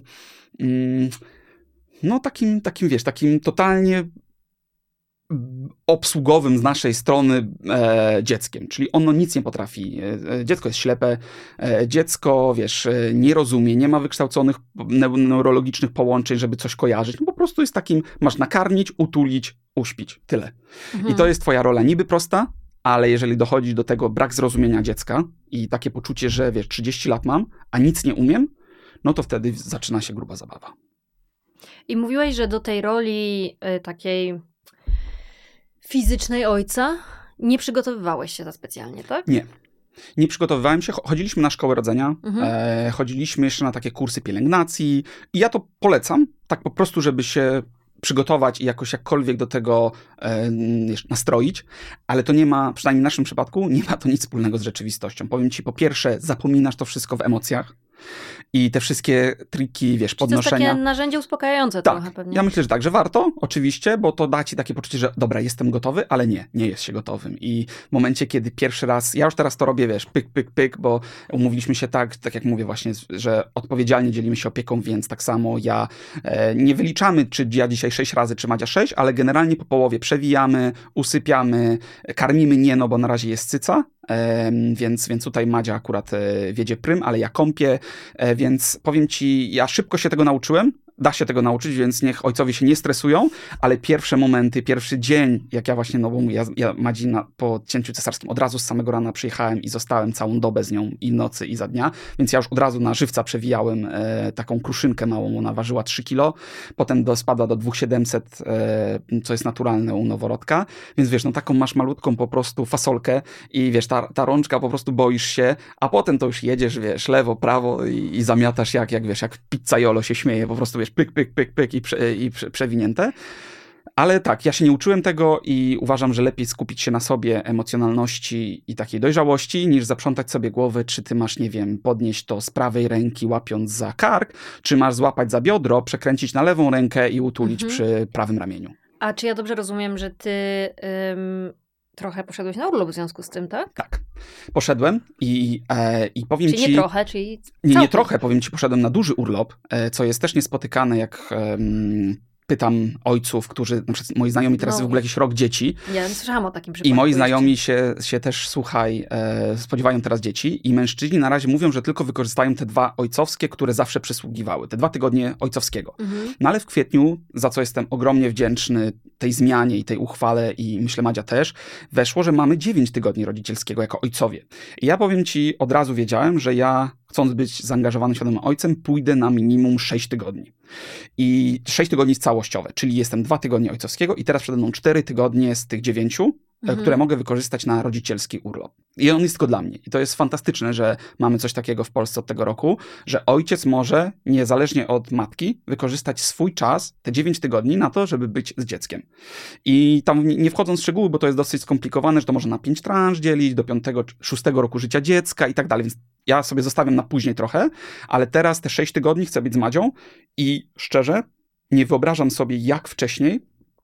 no takim, takim wiesz, takim totalnie obsługowym z naszej strony e, dzieckiem, czyli ono nic nie potrafi. E, dziecko jest ślepe, e, dziecko, wiesz, e, nie rozumie, nie ma wykształconych neu- neurologicznych połączeń, żeby coś kojarzyć. No po prostu jest takim, masz nakarmić, utulić, uśpić. Tyle. Mhm. I to jest twoja rola niby prosta, ale jeżeli dochodzi do tego brak zrozumienia dziecka i takie poczucie, że wiesz, trzydzieści lat mam, a nic nie umiem, no to wtedy zaczyna się gruba zabawa. I mówiłeś, że do tej roli y, takiej fizycznej ojca nie przygotowywałeś się za specjalnie, tak? Nie. Nie przygotowywałem się. Chodziliśmy na szkołę rodzenia, Mhm. e, chodziliśmy jeszcze na takie kursy pielęgnacji i ja to polecam, tak po prostu, żeby się przygotować i jakoś jakkolwiek do tego e, nastroić, ale to nie ma, przynajmniej w naszym przypadku, nie ma to nic wspólnego z rzeczywistością. Powiem ci, po pierwsze, zapominasz to wszystko w emocjach i te wszystkie triki, wiesz, Czy to jest podnoszenia. takie narzędzie uspokajające Tak, trochę pewnie. ja myślę, że tak, że warto, oczywiście, bo to da ci takie poczucie, że dobra, jestem gotowy, ale nie, nie jest się gotowym. I w momencie, kiedy pierwszy raz, ja już teraz to robię, wiesz, pyk, pyk, pyk, bo umówiliśmy się tak, tak jak mówię właśnie, że odpowiedzialnie dzielimy się opieką, więc tak samo ja, e, nie wyliczamy, czy ja dzisiaj sześć razy, czy Madzia sześć, ale generalnie po połowie przewijamy, usypiamy, karmimy nie, no bo na razie jest cyca, e, więc, więc tutaj Madzia akurat e, wiedzie prym, ale ja kąpię, e, więc powiem ci, ja szybko się tego nauczyłem, da się tego nauczyć, więc niech ojcowie się nie stresują, ale pierwsze momenty, pierwszy dzień, jak ja właśnie, no bo ja, ja Madzi na, po cięciu cesarskim od razu z samego rana przyjechałem i zostałem całą dobę z nią i nocy i za dnia, więc ja już od razu na żywca przewijałem e, taką kruszynkę małą, ona ważyła trzy kilo, potem do, spadła do dwa tysiące siedemset, e, co jest naturalne u noworodka, więc wiesz, no taką masz malutką po prostu fasolkę i wiesz, ta, ta rączka po prostu boisz się, a potem to już jedziesz, wiesz, lewo, prawo i, i zamiatasz jak, jak wiesz, jak pizzaiolo się śmieje, po prostu wiesz, pyk, pyk, pyk, pyk i, prze, i prze, przewinięte. Ale tak, ja się nie uczyłem tego i uważam, że lepiej skupić się na sobie, emocjonalności i takiej dojrzałości, niż zaprzątać sobie głowy, czy ty masz, nie wiem, podnieść to z prawej ręki łapiąc za kark, czy masz złapać za biodro, przekręcić na lewą rękę i utulić mhm. przy prawym ramieniu. A czy ja dobrze rozumiem, że ty ym, trochę poszedłeś na urlop w związku z tym, tak? Tak. Poszedłem i, e, i powiem czyli ci... nie trochę, czyli Nie, całkiem. nie trochę, powiem ci, poszedłem na duży urlop, e, co jest też niespotykane, jak... Um, pytam ojców, którzy, na przykład moi znajomi teraz no. w ogóle jakiś rok dzieci. Ja słyszałam o takim przypadku. I moi znajomi się, się też, słuchaj, e, spodziewają teraz dzieci i mężczyźni na razie mówią, że tylko wykorzystają te dwa ojcowskie, które zawsze przysługiwały. Te dwa tygodnie ojcowskiego. Mhm. No ale w kwietniu, za co jestem ogromnie wdzięczny tej zmianie i tej uchwale i myślę Madzia też, weszło, że mamy dziewięć tygodni rodzicielskiego jako ojcowie. I ja powiem ci, od razu wiedziałem, że ja chcąc być zaangażowanym, świadomym ojcem, pójdę na minimum sześć tygodni. I sześć tygodni jest całościowe, czyli jestem dwa tygodnie ojcowskiego i teraz przede mną cztery tygodnie z tych dziewięciu, mhm. które mogę wykorzystać na rodzicielski urlop. I on jest tylko dla mnie. I to jest fantastyczne, że mamy coś takiego w Polsce od tego roku, że ojciec może, niezależnie od matki, wykorzystać swój czas, te dziewięć tygodni na to, żeby być z dzieckiem. I tam nie wchodząc w szczegóły, bo to jest dosyć skomplikowane, że to można na pięć transz dzielić, do piątego, szóstego roku życia dziecka i tak dalej, więc ja sobie zostawiam na później trochę, ale teraz te sześć tygodni chcę być z Madzią i szczerze nie wyobrażam sobie, jak wcześniej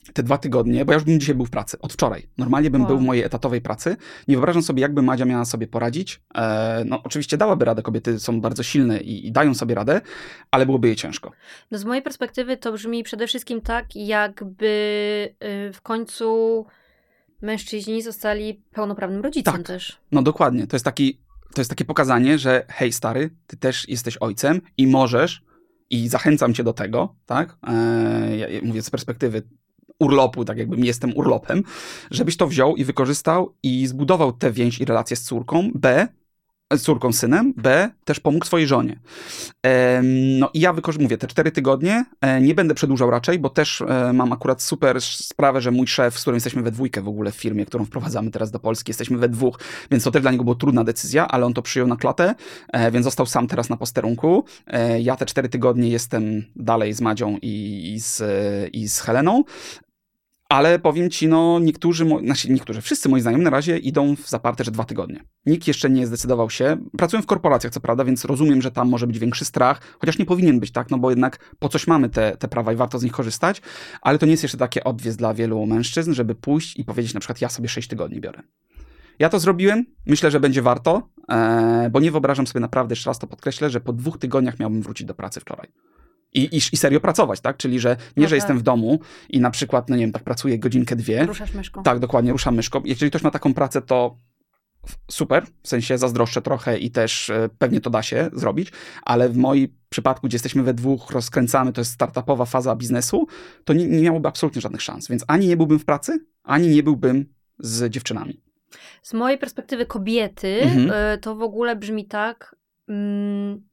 te dwa tygodnie, bo ja już bym dzisiaj był w pracy, od wczoraj. Normalnie bym Wow. był w mojej etatowej pracy. Nie wyobrażam sobie, jakby Madzia miała sobie poradzić. E, no oczywiście dałaby radę, kobiety są bardzo silne i, i dają sobie radę, ale byłoby jej ciężko. No z mojej perspektywy to brzmi przede wszystkim tak, jakby y, w końcu mężczyźni zostali pełnoprawnym rodzicem Tak. też. No dokładnie. To jest, taki, to jest takie pokazanie, że hej stary, ty też jesteś ojcem i możesz, i zachęcam cię do tego, tak? E, ja, ja mówię z perspektywy urlopu, tak jakbym jestem urlopem, żebyś to wziął i wykorzystał i zbudował tę więź i relację z córką, B, z córką, synem, B, też pomógł swojej żonie. E, no i ja wykorzystam, mówię, te cztery tygodnie, e, nie będę przedłużał raczej, bo też e, mam akurat super sprawę, że mój szef, z którym jesteśmy we dwójkę w ogóle w firmie, którą wprowadzamy teraz do Polski, jesteśmy we dwóch, więc to też dla niego była trudna decyzja, ale on to przyjął na klatę, e, więc został sam teraz na posterunku. E, ja te cztery tygodnie jestem dalej z Madzią i, i, z, i z Heleną. Ale powiem ci, no niektórzy, znaczy niektórzy, wszyscy moi znajomi na razie idą w zaparte, że dwa tygodnie. Nikt jeszcze nie zdecydował się. Pracuję w korporacjach, co prawda, więc rozumiem, że tam może być większy strach, chociaż nie powinien być, tak, no bo jednak po coś mamy te, te prawa i warto z nich korzystać, ale to nie jest jeszcze takie obvious dla wielu mężczyzn, żeby pójść i powiedzieć na przykład, ja sobie sześć tygodni biorę. Ja to zrobiłem, myślę, że będzie warto, e, bo nie wyobrażam sobie naprawdę, jeszcze raz to podkreślę, że po dwóch tygodniach miałbym wrócić do pracy wczoraj. I, i, I serio pracować, tak? Czyli, że nie, no że tak. jestem w domu i na przykład, no nie wiem, tak pracuję godzinkę, dwie. Ruszasz myszką. Tak, dokładnie, ruszam myszką. Jeżeli ktoś ma taką pracę, to super, w sensie zazdroszczę trochę i też e, pewnie to da się zrobić, ale w moim przypadku, gdzie jesteśmy we dwóch, rozkręcamy, to jest startupowa faza biznesu, to nie, nie miałoby absolutnie żadnych szans. Więc ani nie byłbym w pracy, ani nie byłbym z dziewczynami. Z mojej perspektywy kobiety, Mhm. y, to w ogóle brzmi tak, mm,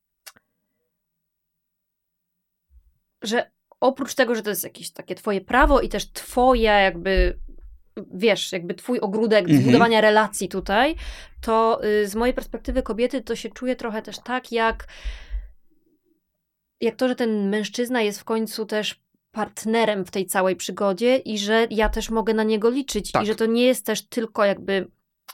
że oprócz tego, że to jest jakieś takie twoje prawo i też twoja jakby, wiesz, jakby twój ogródek Mhm. zbudowania relacji tutaj, to y, z mojej perspektywy kobiety to się czuje trochę też tak, jak jak to, że ten mężczyzna jest w końcu też partnerem w tej całej przygodzie i że ja też mogę na niego liczyć Tak. i że to nie jest też tylko jakby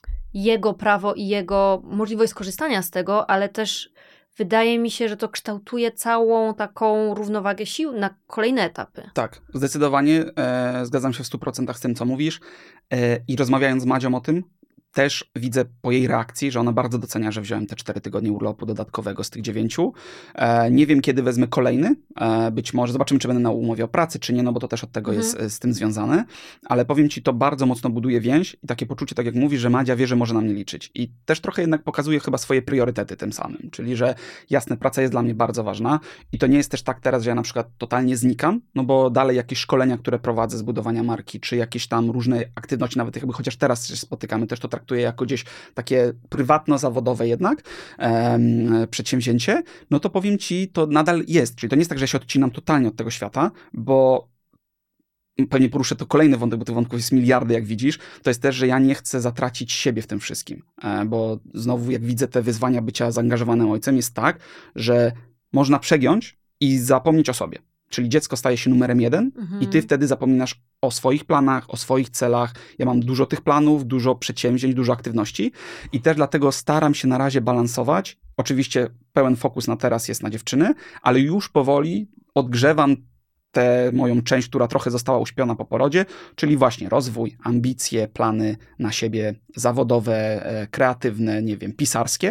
jego prawo i jego możliwość skorzystania z tego, ale też wydaje mi się, że to kształtuje całą taką równowagę sił na kolejne etapy. Tak, zdecydowanie e, zgadzam się w stu procentach z tym, co mówisz e, i rozmawiając z Madzią o tym, też widzę po jej reakcji, że ona bardzo docenia, że wziąłem te cztery tygodnie urlopu dodatkowego z tych dziewięciu. E, nie wiem, kiedy wezmę kolejny. E, być może zobaczymy, czy będę na umowie o pracy, czy nie, no bo to też od tego Mhm. jest e, z tym związane. Ale powiem ci, to bardzo mocno buduje więź i takie poczucie, tak jak mówisz, że Madzia wie, że może na mnie liczyć. I też trochę jednak pokazuje chyba swoje priorytety tym samym. Czyli, że jasne, praca jest dla mnie bardzo ważna i to nie jest też tak teraz, że ja na przykład totalnie znikam, no bo dalej jakieś szkolenia, które prowadzę z budowania marki, czy jakieś tam różne aktywności, nawet jakby chociaż teraz się spotykamy, też to traktuję jako gdzieś takie prywatno-zawodowe jednak em, przedsięwzięcie, no to powiem ci, to nadal jest. Czyli to nie jest tak, że ja się odcinam totalnie od tego świata, bo pewnie poruszę to kolejny wątek, bo tych wątków jest miliardy, jak widzisz, to jest też, że ja nie chcę zatracić siebie w tym wszystkim, e, bo znowu jak widzę te wyzwania bycia zaangażowanym ojcem, jest tak, że można przegiąć i zapomnieć o sobie. Czyli dziecko staje się numerem jeden Mhm. i ty wtedy zapominasz o swoich planach, o swoich celach. Ja mam dużo tych planów, dużo przedsięwzięć, dużo aktywności i też dlatego staram się na razie balansować. Oczywiście pełen fokus na teraz jest na dziewczyny, ale już powoli odgrzewam tę moją część, która trochę została uśpiona po porodzie, czyli właśnie rozwój, ambicje, plany na siebie zawodowe, e, kreatywne, nie wiem, pisarskie.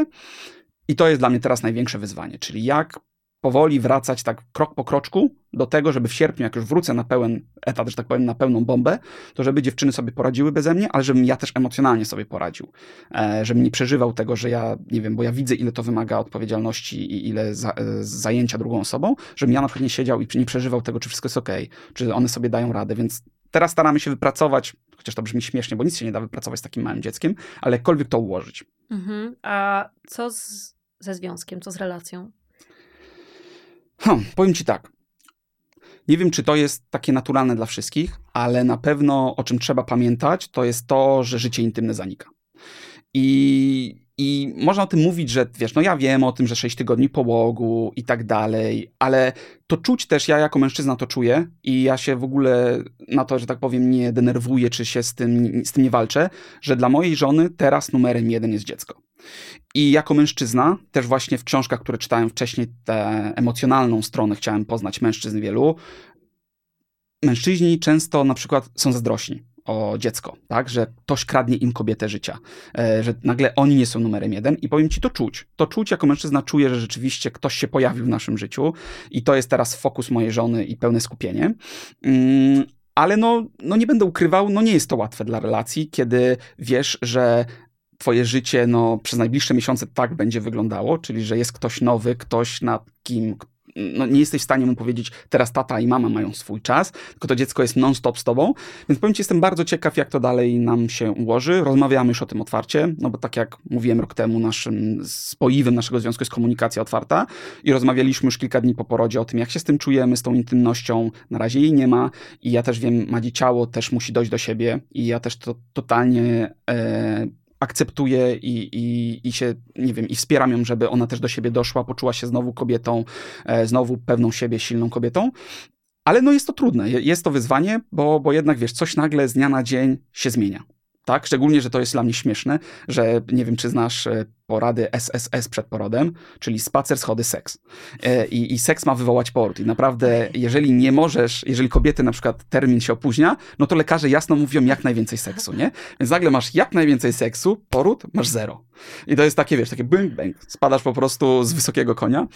I to jest dla mnie teraz największe wyzwanie, czyli jak powoli wracać tak krok po kroczku do tego, żeby w sierpniu, jak już wrócę na pełen etat, że tak powiem, na pełną bombę, to żeby dziewczyny sobie poradziły beze mnie, ale żebym ja też emocjonalnie sobie poradził. E, żebym nie przeżywał tego, że ja, nie wiem, bo ja widzę, ile to wymaga odpowiedzialności i ile za, e, zajęcia drugą osobą, żebym ja na przykład nie siedział i nie przeżywał tego, czy wszystko jest okej, czy one sobie dają radę, więc teraz staramy się wypracować, chociaż to brzmi śmiesznie, bo nic się nie da wypracować z takim małym dzieckiem, ale jakkolwiek to ułożyć. Mhm. A co z, ze związkiem, co z relacją? Hmm, powiem ci tak. Nie wiem, czy to jest takie naturalne dla wszystkich, ale na pewno o czym trzeba pamiętać, to jest to, że życie intymne zanika. I, i można o tym mówić, że wiesz, no ja wiem o tym, że sześć tygodni połogu i tak dalej, ale to czuć też, ja jako mężczyzna to czuję i ja się w ogóle na to, że tak powiem, nie denerwuję, czy się z tym, z tym nie walczę, że dla mojej żony teraz numerem jeden jest dziecko. I jako mężczyzna, też właśnie w książkach, które czytałem wcześniej, tę emocjonalną stronę chciałem poznać mężczyzn wielu, mężczyźni często na przykład są zazdrośni o dziecko, tak, że ktoś kradnie im kobietę życia, e, że nagle oni nie są numerem jeden i powiem ci, to czuć. To czuć, jako mężczyzna czuję, że rzeczywiście ktoś się pojawił w naszym życiu i to jest teraz fokus mojej żony i pełne skupienie. Mm, ale no, no nie będę ukrywał, no nie jest to łatwe dla relacji, kiedy wiesz, że twoje życie no, przez najbliższe miesiące tak będzie wyglądało, czyli że jest ktoś nowy, ktoś nad kim no, nie jesteś w stanie mu powiedzieć, teraz tata i mama mają swój czas, tylko to dziecko jest non-stop z tobą. Więc powiem ci, jestem bardzo ciekaw, jak to dalej nam się ułoży. Rozmawiamy już o tym otwarcie, no bo tak jak mówiłem rok temu, naszym spoiwem naszego związku jest komunikacja otwarta i rozmawialiśmy już kilka dni po porodzie o tym, jak się z tym czujemy, z tą intymnością. Na razie jej nie ma i ja też wiem, Madzi ciało też musi dojść do siebie i ja też to totalnie e, akceptuję i, i, i się, nie wiem, i wspieram ją, żeby ona też do siebie doszła, poczuła się znowu kobietą, e, znowu pewną siebie, silną kobietą. Ale no jest to trudne, jest to wyzwanie, bo, bo jednak, wiesz, coś nagle z dnia na dzień się zmienia. Tak? Szczególnie, że to jest dla mnie śmieszne, że nie wiem, czy znasz porady S S S przed porodem, czyli spacer, schody, seks. I, i seks ma wywołać poród. I naprawdę, jeżeli nie możesz, jeżeli kobiety na przykład termin się opóźnia, no to lekarze jasno mówią jak najwięcej seksu, nie? Więc nagle masz jak najwięcej seksu, poród, masz zero. I to jest takie, wiesz, takie bang, bang. Spadasz po prostu z wysokiego konia.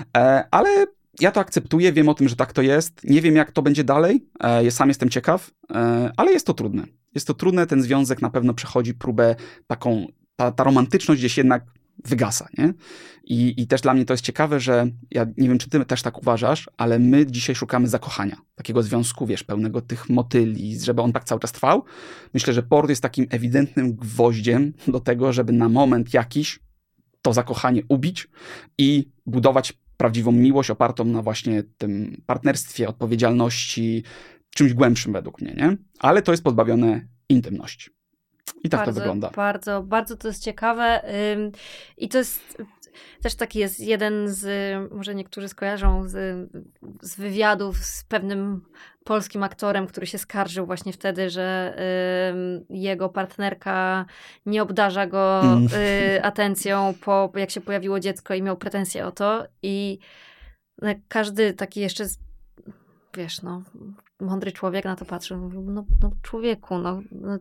Ale ja to akceptuję, wiem o tym, że tak to jest. Nie wiem, jak to będzie dalej. Ja sam jestem ciekaw, ale jest to trudne. Jest to trudne, ten związek na pewno przechodzi próbę taką, ta, ta romantyczność gdzieś jednak wygasa, nie? I, I też dla mnie to jest ciekawe, że ja nie wiem, czy ty też tak uważasz, ale my dzisiaj szukamy zakochania. Takiego związku, wiesz, pełnego tych motyli, żeby on tak cały czas trwał. Myślę, że poród jest takim ewidentnym gwoździem do tego, żeby na moment jakiś to zakochanie ubić i budować prawdziwą miłość opartą na właśnie tym partnerstwie, odpowiedzialności, czymś głębszym według mnie, nie? Ale to jest pozbawione intymności. I tak bardzo, to wygląda. Bardzo, bardzo to jest ciekawe. Ym, I to jest też taki jest jeden z, może niektórzy skojarzą z, z wywiadów z pewnym polskim aktorem, który się skarżył właśnie wtedy, że ym, jego partnerka nie obdarza go mm. y, atencją po jak się pojawiło dziecko i miał pretensje o to. I no, każdy taki jeszcze z, wiesz, no, mądry człowiek na to patrzył, mówił, no, no człowieku, no, no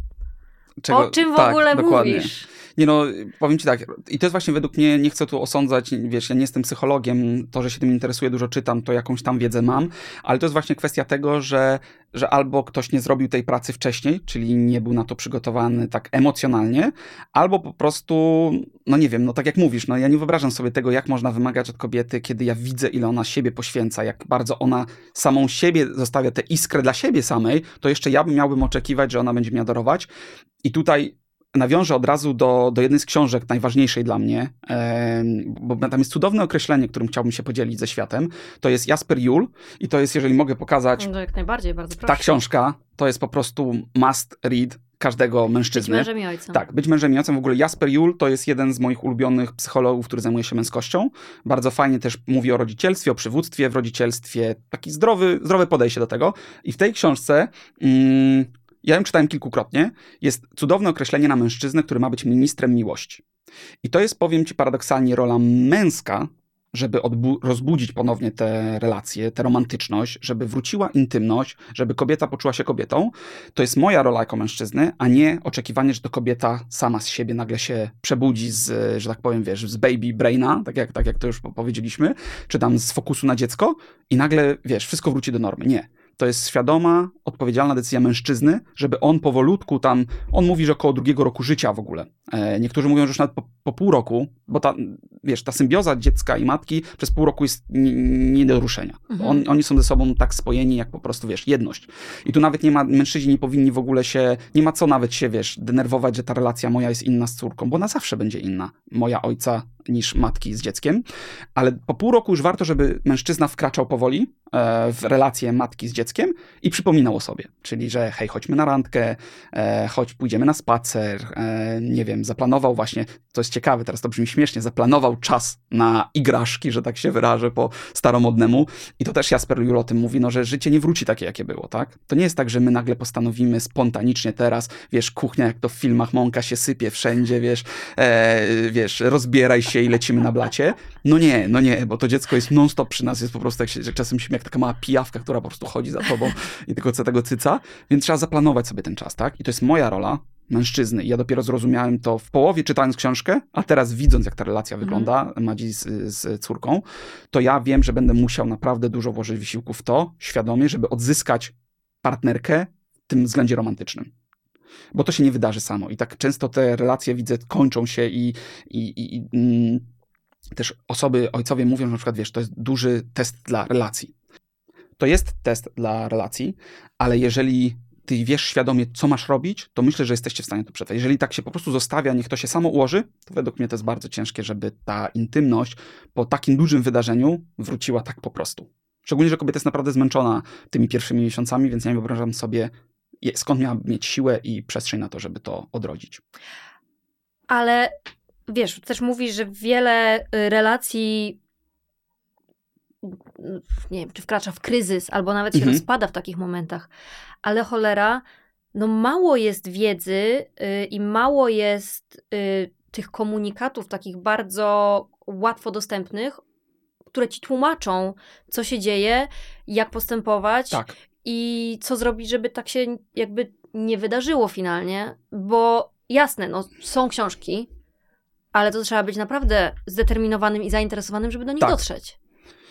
Czego? O czym w tak, ogóle dokładnie. Mówisz? Nie no, powiem ci tak, i to jest właśnie według mnie, nie chcę tu osądzać, wiesz, ja nie jestem psychologiem, to, że się tym interesuję, dużo czytam, to jakąś tam wiedzę mam, ale to jest właśnie kwestia tego, że, że albo ktoś nie zrobił tej pracy wcześniej, czyli nie był na to przygotowany tak emocjonalnie, albo po prostu, no nie wiem, no tak jak mówisz, no ja nie wyobrażam sobie tego, jak można wymagać od kobiety, kiedy ja widzę, ile ona siebie poświęca, jak bardzo ona samą siebie zostawia tę iskrę dla siebie samej, to jeszcze ja bym miałbym oczekiwać, że ona będzie mnie adorować. I tutaj nawiążę od razu do, do jednej z książek najważniejszej dla mnie, e, bo tam jest cudowne określenie, którym chciałbym się podzielić ze światem. To jest Jasper Juhl i to jest, jeżeli mogę pokazać... No jak najbardziej, bardzo proszę. Ta książka to jest po prostu must read każdego mężczyzny. Być mężem i ojcem. Tak, być mężem i ojcem. W ogóle Jasper Juhl to jest jeden z moich ulubionych psychologów, który zajmuje się męskością. Bardzo fajnie też mówi o rodzicielstwie, o przywództwie w rodzicielstwie. Taki zdrowy, zdrowe podejście do tego. I w tej książce... Mm, ja ją czytałem kilkukrotnie, jest cudowne określenie na mężczyznę, który ma być ministrem miłości. I to jest, powiem ci paradoksalnie, rola męska, żeby odbu- rozbudzić ponownie te relacje, tę romantyczność, żeby wróciła intymność, żeby kobieta poczuła się kobietą. To jest moja rola jako mężczyzny, a nie oczekiwanie, że to kobieta sama z siebie nagle się przebudzi z, że tak powiem, wiesz, z baby braina, tak jak, tak jak to już powiedzieliśmy, czy tam z fokusu na dziecko i nagle, wiesz, wszystko wróci do normy. Nie. To jest świadoma, odpowiedzialna decyzja mężczyzny, żeby on powolutku tam, on mówi, że około drugiego roku życia w ogóle. E, niektórzy mówią, że już nawet po, po pół roku, bo ta, wiesz, ta symbioza dziecka i matki przez pół roku jest nie, nie do ruszenia. Mhm. On, oni są ze sobą tak spojeni, jak po prostu, wiesz, jedność. I tu nawet nie ma, mężczyźni nie powinni w ogóle się, nie ma co nawet się, wiesz, denerwować, że ta relacja moja jest inna z córką, bo ona zawsze będzie inna, moja ojca niż matki z dzieckiem. Ale po pół roku już warto, żeby mężczyzna wkraczał powoli e, w relację matki z dzieckiem i przypominał o sobie. Czyli, że hej, chodźmy na randkę, e, chodź, pójdziemy na spacer, e, nie wiem, zaplanował właśnie, to jest ciekawe, teraz to brzmi śmiesznie, zaplanował czas na igraszki, że tak się wyrażę po staromodnemu. I to też Jasper Juhl o tym mówi, no, że życie nie wróci takie, jakie było, tak? To nie jest tak, że my nagle postanowimy spontanicznie teraz, wiesz, kuchnia, jak to w filmach, mąka się sypie wszędzie, wiesz, e, wiesz, rozbieraj się i lecimy na blacie. No nie, no nie, bo to dziecko jest non-stop przy nas, jest po prostu, jak się czasem śmieje, jak taka mała pijawka, która po prostu chodzi za za tobą i tylko chcę tego cyca, więc trzeba zaplanować sobie ten czas, tak? I to jest moja rola, mężczyzny. I ja dopiero zrozumiałem to w połowie czytając książkę, a teraz widząc, jak ta relacja wygląda, mm. Madzi z, z córką, to ja wiem, że będę musiał naprawdę dużo włożyć wysiłku w to, świadomie, żeby odzyskać partnerkę w tym względzie romantycznym. Bo to się nie wydarzy samo. I tak często te relacje, widzę, kończą się i, i, i, i mm, też osoby, ojcowie mówią, że na przykład, wiesz, to jest duży test dla relacji. To jest test dla relacji, ale jeżeli ty wiesz świadomie, co masz robić, to myślę, że jesteście w stanie to przetrwać. Jeżeli tak się po prostu zostawia, niech to się samo ułoży, to według mnie to jest bardzo ciężkie, żeby ta intymność po takim dużym wydarzeniu wróciła tak po prostu. Szczególnie, że kobieta jest naprawdę zmęczona tymi pierwszymi miesiącami, więc ja nie wyobrażam sobie, skąd miała mieć siłę i przestrzeń na to, żeby to odrodzić. Ale wiesz, też mówisz, że wiele relacji, nie wiem, czy wkracza w kryzys, albo nawet się mhm. rozpada w takich momentach. Ale cholera, no mało jest wiedzy yy, i mało jest yy, tych komunikatów takich bardzo łatwo dostępnych, które ci tłumaczą, co się dzieje, jak postępować tak. i co zrobić, żeby tak się jakby nie wydarzyło finalnie. Bo jasne, no są książki, ale to trzeba być naprawdę zdeterminowanym i zainteresowanym, żeby do nich tak. dotrzeć.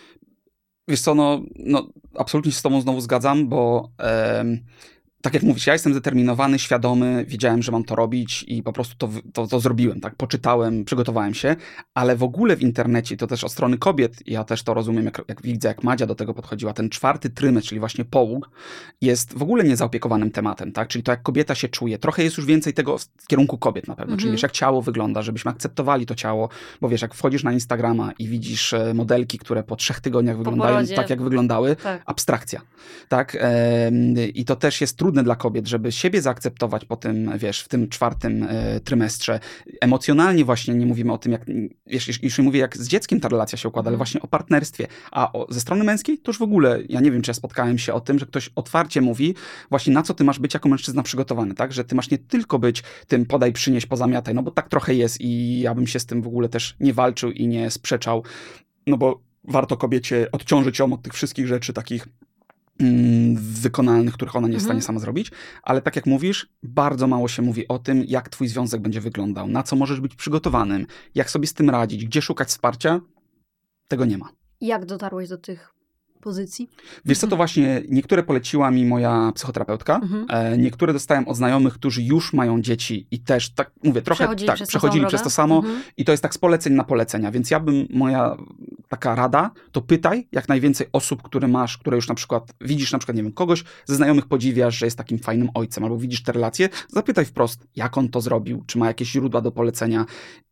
Wiesz co, no, no absolutnie się z tobą znowu zgadzam, bo em, tak jak mówisz, ja jestem zdeterminowany, świadomy, wiedziałem, że mam to robić i po prostu to, to, to zrobiłem, tak? Poczytałem, przygotowałem się, ale w ogóle w internecie, to też od strony kobiet, ja też to rozumiem, jak, jak widzę, jak Madzia do tego podchodziła, ten czwarty trymestr, czyli właśnie połóg, jest w ogóle niezaopiekowanym tematem, tak? Czyli to, jak kobieta się czuje. Trochę jest już więcej tego w kierunku kobiet na pewno, mhm. czyli wiesz, jak ciało wygląda, żebyśmy akceptowali to ciało, bo wiesz, jak wchodzisz na Instagrama i widzisz modelki, które po trzech tygodniach wyglądają porodzie. tak, jak wyglądały, tak. abstrakcja, tak? Ehm, I to też jest trudne dla kobiet, żeby siebie zaakceptować po tym, wiesz, w tym czwartym y, trymestrze. Emocjonalnie właśnie nie mówimy o tym, jak, wiesz, już mówię, jak z dzieckiem ta relacja się układa, mm. ale właśnie o partnerstwie. A o, ze strony męskiej to już w ogóle, ja nie wiem, czy ja spotkałem się o tym, że ktoś otwarcie mówi właśnie na co ty masz być jako mężczyzna przygotowany, tak? Że ty masz nie tylko być tym podaj, przynieś, pozamiataj, no bo tak trochę jest i ja bym się z tym w ogóle też nie walczył i nie sprzeczał, no bo warto kobiecie odciążyć ją od tych wszystkich rzeczy takich wykonalnych, których ona nie jest mhm. w stanie sama zrobić, ale tak jak mówisz, bardzo mało się mówi o tym, jak twój związek będzie wyglądał, na co możesz być przygotowanym, jak sobie z tym radzić, gdzie szukać wsparcia, tego nie ma. Jak dotarłeś do tych pozycji? Wiesz co, to właśnie niektóre poleciła mi moja psychoterapeutka, mhm. e, niektóre dostałem od znajomych, którzy już mają dzieci i też, tak mówię, trochę przechodzili tak, przez przechodzili to przez to samo mhm. i to jest tak z poleceń na polecenia, więc ja bym, moja taka rada, to pytaj jak najwięcej osób, które masz, które już na przykład, widzisz na przykład, nie wiem, kogoś ze znajomych podziwiasz, że jest takim fajnym ojcem, albo widzisz te relacje, zapytaj wprost, jak on to zrobił, czy ma jakieś źródła do polecenia.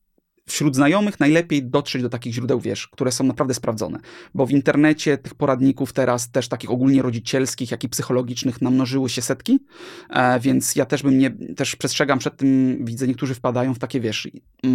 Wśród znajomych najlepiej dotrzeć do takich źródeł, wiesz, które są naprawdę sprawdzone. Bo w internecie tych poradników teraz też takich ogólnie rodzicielskich, jak i psychologicznych namnożyły się setki, e, więc ja też bym nie, też przestrzegam przed tym, widzę, niektórzy wpadają w takie, wiesz,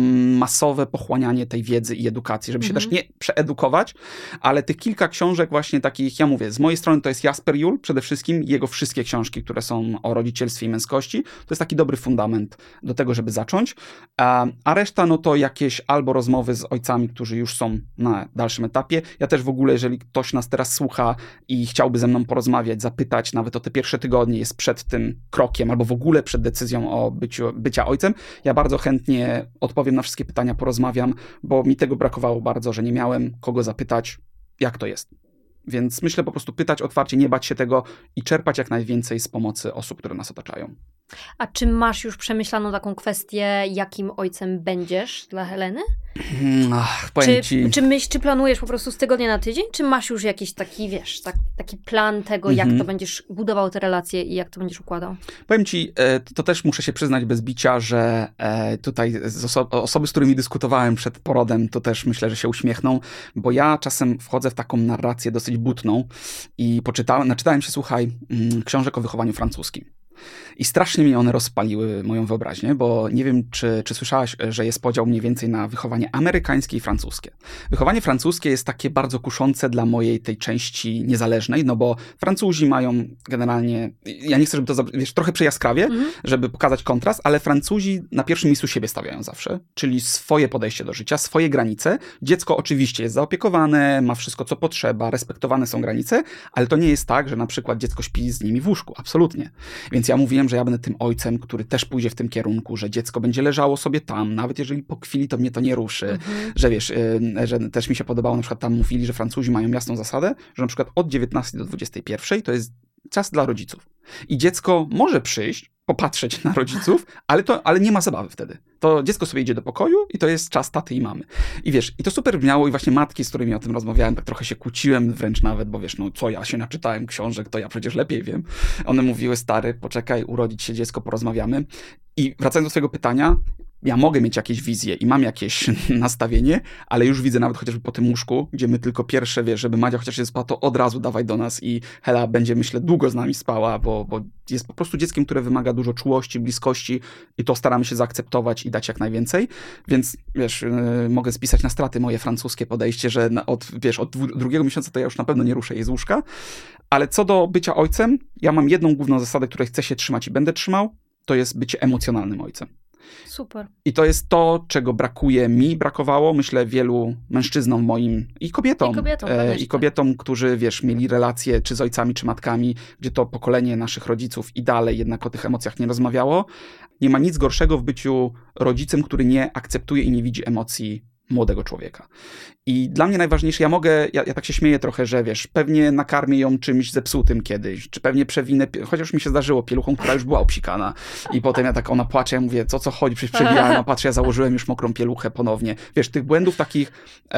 masowe pochłanianie tej wiedzy i edukacji, żeby mhm. się też nie przeedukować, ale tych kilka książek właśnie takich, ja mówię, z mojej strony to jest Jasper Juhl, przede wszystkim jego wszystkie książki, które są o rodzicielstwie i męskości, to jest taki dobry fundament do tego, żeby zacząć, a, a reszta, no to jakieś albo rozmowy z ojcami, którzy już są na dalszym etapie. Ja też w ogóle, jeżeli ktoś nas teraz słucha i chciałby ze mną porozmawiać, zapytać nawet o te pierwsze tygodnie, jest przed tym krokiem, albo w ogóle przed decyzją o byciu, bycia ojcem, ja bardzo chętnie odpowiem na wszystkie pytania, porozmawiam, bo mi tego brakowało bardzo, że nie miałem kogo zapytać, jak to jest. Więc myślę po prostu pytać otwarcie, nie bać się tego i czerpać jak najwięcej z pomocy osób, które nas otaczają. A czy masz już przemyślaną taką kwestię, jakim ojcem będziesz dla Heleny? Ach, powiem czy, ci... czy, myśl, czy planujesz po prostu z tygodnia na tydzień, czy masz już jakiś taki, wiesz, tak, taki plan tego, mhm. jak to będziesz budował te relacje i jak to będziesz układał? Powiem ci, to też muszę się przyznać bez bicia, że tutaj oso- osoby, z którymi dyskutowałem przed porodem, to też myślę, że się uśmiechną, bo ja czasem wchodzę w taką narrację dosyć butną i poczytałem, naczytałem się, słuchaj, książek o wychowaniu francuskim. I strasznie mi one rozpaliły moją wyobraźnię, bo nie wiem, czy, czy słyszałaś, że jest podział mniej więcej na wychowanie amerykańskie i francuskie. Wychowanie francuskie jest takie bardzo kuszące dla mojej tej części niezależnej, no bo Francuzi mają generalnie, ja nie chcę, żeby to, wiesz, trochę przejaskrawie, mhm. żeby pokazać kontrast, ale Francuzi na pierwszym miejscu siebie stawiają zawsze, czyli swoje podejście do życia, swoje granice. Dziecko oczywiście jest zaopiekowane, ma wszystko, co potrzeba, respektowane są granice, ale to nie jest tak, że na przykład dziecko śpi z nimi w łóżku. Absolutnie. Więc ja mówiłem, że ja będę tym ojcem, który też pójdzie w tym kierunku, że dziecko będzie leżało sobie tam, nawet jeżeli po chwili to mnie to nie ruszy, mhm. że wiesz, yy, że też mi się podobało, na przykład tam mówili, że Francuzi mają jasną zasadę, że na przykład od dziewiętnastej do dwudziestej pierwszej to jest czas dla rodziców. I dziecko może przyjść, popatrzeć na rodziców, ale, to, ale nie ma zabawy wtedy. To dziecko sobie idzie do pokoju i to jest czas taty i mamy. I wiesz, i to super brzmiało i właśnie matki, z którymi o tym rozmawiałem, tak trochę się kłóciłem wręcz nawet, bo wiesz, no co ja się naczytałem książek, to ja przecież lepiej wiem. One mówiły, stary, poczekaj, urodzić się dziecko, porozmawiamy. I wracając do swojego pytania, ja mogę mieć jakieś wizje i mam jakieś nastawienie, ale już widzę nawet chociażby po tym łóżku, gdzie my tylko pierwsze, wiesz, żeby Madzia chociaż się spała, to od razu dawaj do nas i Hela będzie, myślę, długo z nami spała, bo, bo jest po prostu dzieckiem, które wymaga dużo czułości, bliskości i to staramy się zaakceptować i dać jak najwięcej, więc wiesz, yy, mogę spisać na straty moje francuskie podejście, że na, od, wiesz, od dwu, drugiego miesiąca to ja już na pewno nie ruszę jej z łóżka, ale co do bycia ojcem, ja mam jedną główną zasadę, której chcę się trzymać i będę trzymał, to jest bycie emocjonalnym ojcem. Super. I to jest to, czego brakuje mi, brakowało, myślę, wielu mężczyznom moim i kobietom. I kobietom, e, i kobietom, którzy, wiesz, mieli relacje czy z ojcami, czy matkami, gdzie to pokolenie naszych rodziców i dalej jednak o tych emocjach nie rozmawiało. Nie ma nic gorszego w byciu rodzicem, który nie akceptuje i nie widzi emocji młodego człowieka. I dla mnie najważniejsze, ja mogę, ja, ja tak się śmieję trochę, że wiesz, pewnie nakarmię ją czymś zepsutym kiedyś, czy pewnie przewinę, chociaż mi się zdarzyło pieluchą, która już była obsikana i potem ja tak, ona płacze, ja mówię, co co chodzi, przecież przewijałem, a patrzę, ja założyłem już mokrą pieluchę ponownie. Wiesz, tych błędów takich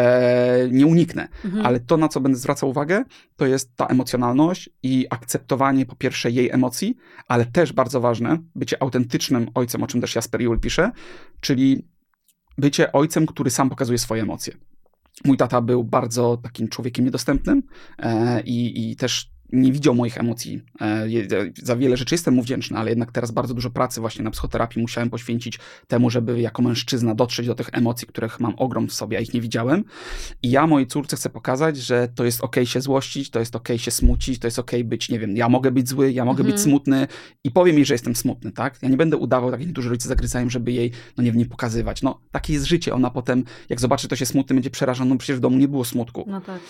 e, nie uniknę, mhm. ale to, na co będę zwracał uwagę, to jest ta emocjonalność i akceptowanie po pierwsze jej emocji, ale też bardzo ważne, bycie autentycznym ojcem, o czym też Jasper Juhl pisze, czyli bycie ojcem, który sam pokazuje swoje emocje. Mój tata był bardzo takim człowiekiem niedostępnym e, i, i też nie widział moich emocji. E, za wiele rzeczy jestem mu wdzięczny, ale jednak teraz bardzo dużo pracy właśnie na psychoterapii musiałem poświęcić temu, żeby jako mężczyzna dotrzeć do tych emocji, których mam ogrom w sobie, a ich nie widziałem. I ja mojej córce chcę pokazać, że to jest okej się złościć, to jest okej się smucić, to jest okej być, nie wiem, ja mogę być zły, ja mogę mhm. być smutny i powiem jej, że jestem smutny, tak? Ja nie będę udawał, tak jak niektórzy rodzice zagryzają, żeby jej, no nie wiem, nie pokazywać. No, takie jest życie. Ona potem, jak zobaczy, to się smutny, będzie przerażona, no przecież w domu nie było smutku. No tak.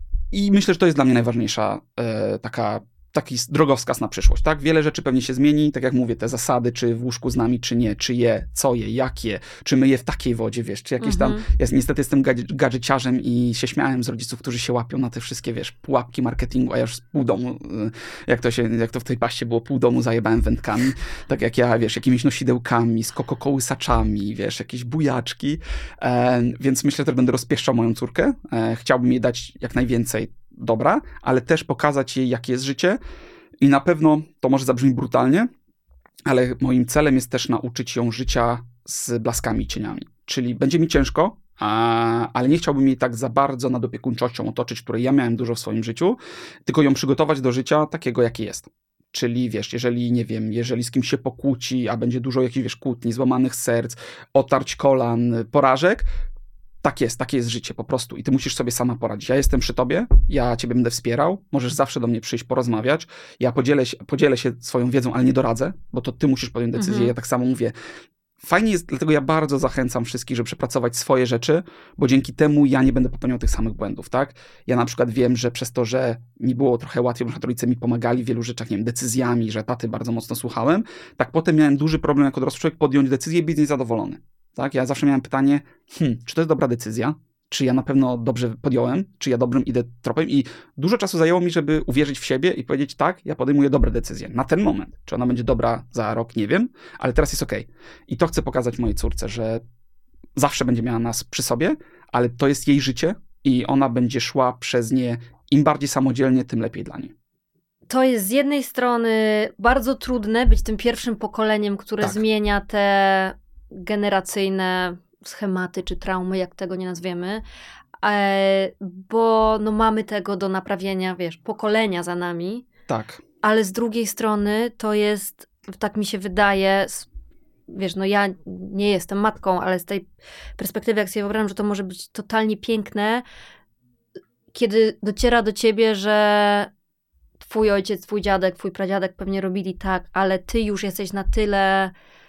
I myślę, że to jest dla mnie najważniejsza e, taka, taki drogowskaz na przyszłość, tak? Wiele rzeczy pewnie się zmieni, tak jak mówię, te zasady, czy w łóżku z nami, czy nie, czy je, co je, jak je, czy my je w takiej wodzie, wiesz, czy jakieś tam, ja niestety jestem gadżeciarzem i się śmiałem z rodziców, którzy się łapią na te wszystkie, wiesz, pułapki marketingu, a ja już z pół domu, jak to się, jak to w tej paście było, pół domu zajebałem wędkami, tak jak ja, wiesz, jakimiś nosidełkami, z kokokołysaczami, wiesz, jakieś bujaczki, e, więc myślę, że będę rozpieszczał moją córkę, e, chciałbym jej dać jak najwięcej dobra, ale też pokazać jej, jakie jest życie i na pewno, to może zabrzmi brutalnie, ale moim celem jest też nauczyć ją życia z blaskami i cieniami. Czyli będzie mi ciężko, a, ale nie chciałbym jej tak za bardzo nad opiekuńczością otoczyć, której ja miałem dużo w swoim życiu, tylko ją przygotować do życia takiego, jakie jest. Czyli wiesz, jeżeli, nie wiem, jeżeli z kimś się pokłóci, a będzie dużo jakichś, wiesz, kłótni, złamanych serc, otarć kolan, porażek, tak jest, takie jest życie po prostu i ty musisz sobie sama poradzić. Ja jestem przy tobie, ja ciebie będę wspierał, możesz zawsze do mnie przyjść, porozmawiać, ja podzielę się, podzielę się swoją wiedzą, ale nie doradzę, bo to ty musisz podjąć decyzję, mhm. ja tak samo mówię. Fajnie jest, dlatego ja bardzo zachęcam wszystkich, żeby przepracować swoje rzeczy, bo dzięki temu ja nie będę popełniał tych samych błędów, tak? Ja na przykład wiem, że przez to, że mi było trochę łatwiej, bo na przykład rodzice mi pomagali w wielu rzeczach, nie wiem, decyzjami, że taty bardzo mocno słuchałem, tak potem miałem duży problem jako dorosły człowiek podjąć decyzję i być niezadowolony. Tak? Ja zawsze miałem pytanie, hmm, czy to jest dobra decyzja? Czy ja na pewno dobrze podjąłem? Czy ja dobrym idę tropem? I dużo czasu zajęło mi, żeby uwierzyć w siebie i powiedzieć, tak, ja podejmuję dobre decyzje. Na ten moment. Czy ona będzie dobra za rok? Nie wiem, ale teraz jest okej. I to chcę pokazać mojej córce, że zawsze będzie miała nas przy sobie, ale to jest jej życie i ona będzie szła przez nie im bardziej samodzielnie, tym lepiej dla niej. To jest z jednej strony bardzo trudne być tym pierwszym pokoleniem, które tak. zmienia te generacyjne schematy czy traumy, jak tego nie nazwiemy, bo no mamy tego do naprawienia, wiesz, pokolenia za nami. Tak. Ale z drugiej strony to jest tak mi się wydaje, wiesz, no ja nie jestem matką, ale z tej perspektywy, jak sobie wyobrażam, że to może być totalnie piękne, kiedy dociera do ciebie, że twój ojciec, twój dziadek, twój pradziadek pewnie robili tak, ale ty już jesteś na tyle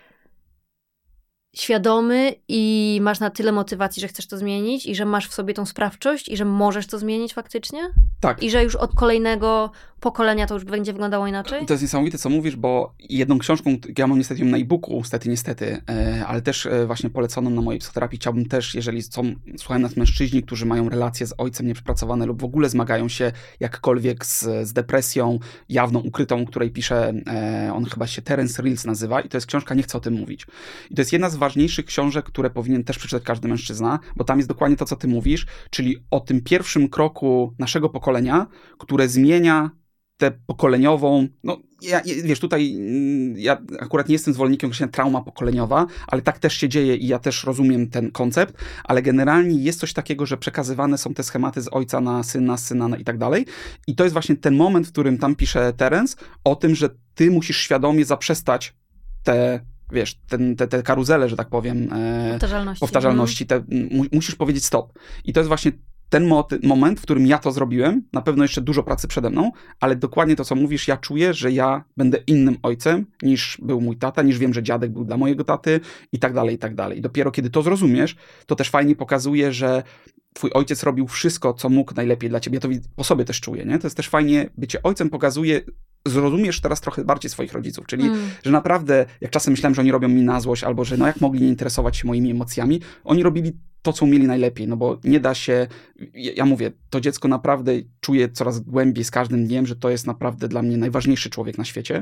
świadomy i masz na tyle motywacji, że chcesz to zmienić i że masz w sobie tą sprawczość i że możesz to zmienić faktycznie? Tak. I że już od kolejnego pokolenia to już będzie wyglądało inaczej? To jest niesamowite, co mówisz, bo jedną książką, ja mam niestety ją na e-booku, niestety, niestety, ale też właśnie poleconą na mojej psychoterapii, chciałbym też, jeżeli są, słuchają nas mężczyźni, którzy mają relacje z ojcem nieprzepracowane lub w ogóle zmagają się jakkolwiek z, z depresją jawną, ukrytą, której pisze, on chyba się Terence Reals nazywa i to jest książka Nie chcę o tym mówić. I to jest jedna z ważniejszych książek, które powinien też przeczytać każdy mężczyzna, bo tam jest dokładnie to, co ty mówisz, czyli o tym pierwszym kroku naszego pokolenia, które zmienia tę pokoleniową, no ja, wiesz, tutaj ja akurat nie jestem zwolennikiem określenia trauma pokoleniowa, ale tak też się dzieje i ja też rozumiem ten koncept, ale generalnie jest coś takiego, że przekazywane są te schematy z ojca na syna, z syna na i tak dalej i to jest właśnie ten moment, w którym tam pisze Terence o tym, że ty musisz świadomie zaprzestać te wiesz, ten, te, te karuzele, że tak powiem, powtarzalności, powtarzalności te, mu, musisz powiedzieć stop. I to jest właśnie ten moment, w którym ja to zrobiłem, na pewno jeszcze dużo pracy przede mną, ale dokładnie to, co mówisz, ja czuję, że ja będę innym ojcem, niż był mój tata, niż wiem, że dziadek był dla mojego taty i tak dalej, i tak dalej. I dopiero kiedy to zrozumiesz, to też fajnie pokazuje, że twój ojciec robił wszystko, co mógł najlepiej dla ciebie. Ja to po sobie też czuję, nie? To jest też fajnie, bycie ojcem pokazuje, zrozumiesz teraz trochę bardziej swoich rodziców, czyli, mm. że naprawdę, jak czasem myślałem, że oni robią mi na złość, albo że no jak mogli nie interesować się moimi emocjami, oni robili to, co umieli najlepiej, no bo nie da się, ja, ja mówię, to dziecko naprawdę czuje coraz głębiej z każdym dniem, że to jest naprawdę dla mnie najważniejszy człowiek na świecie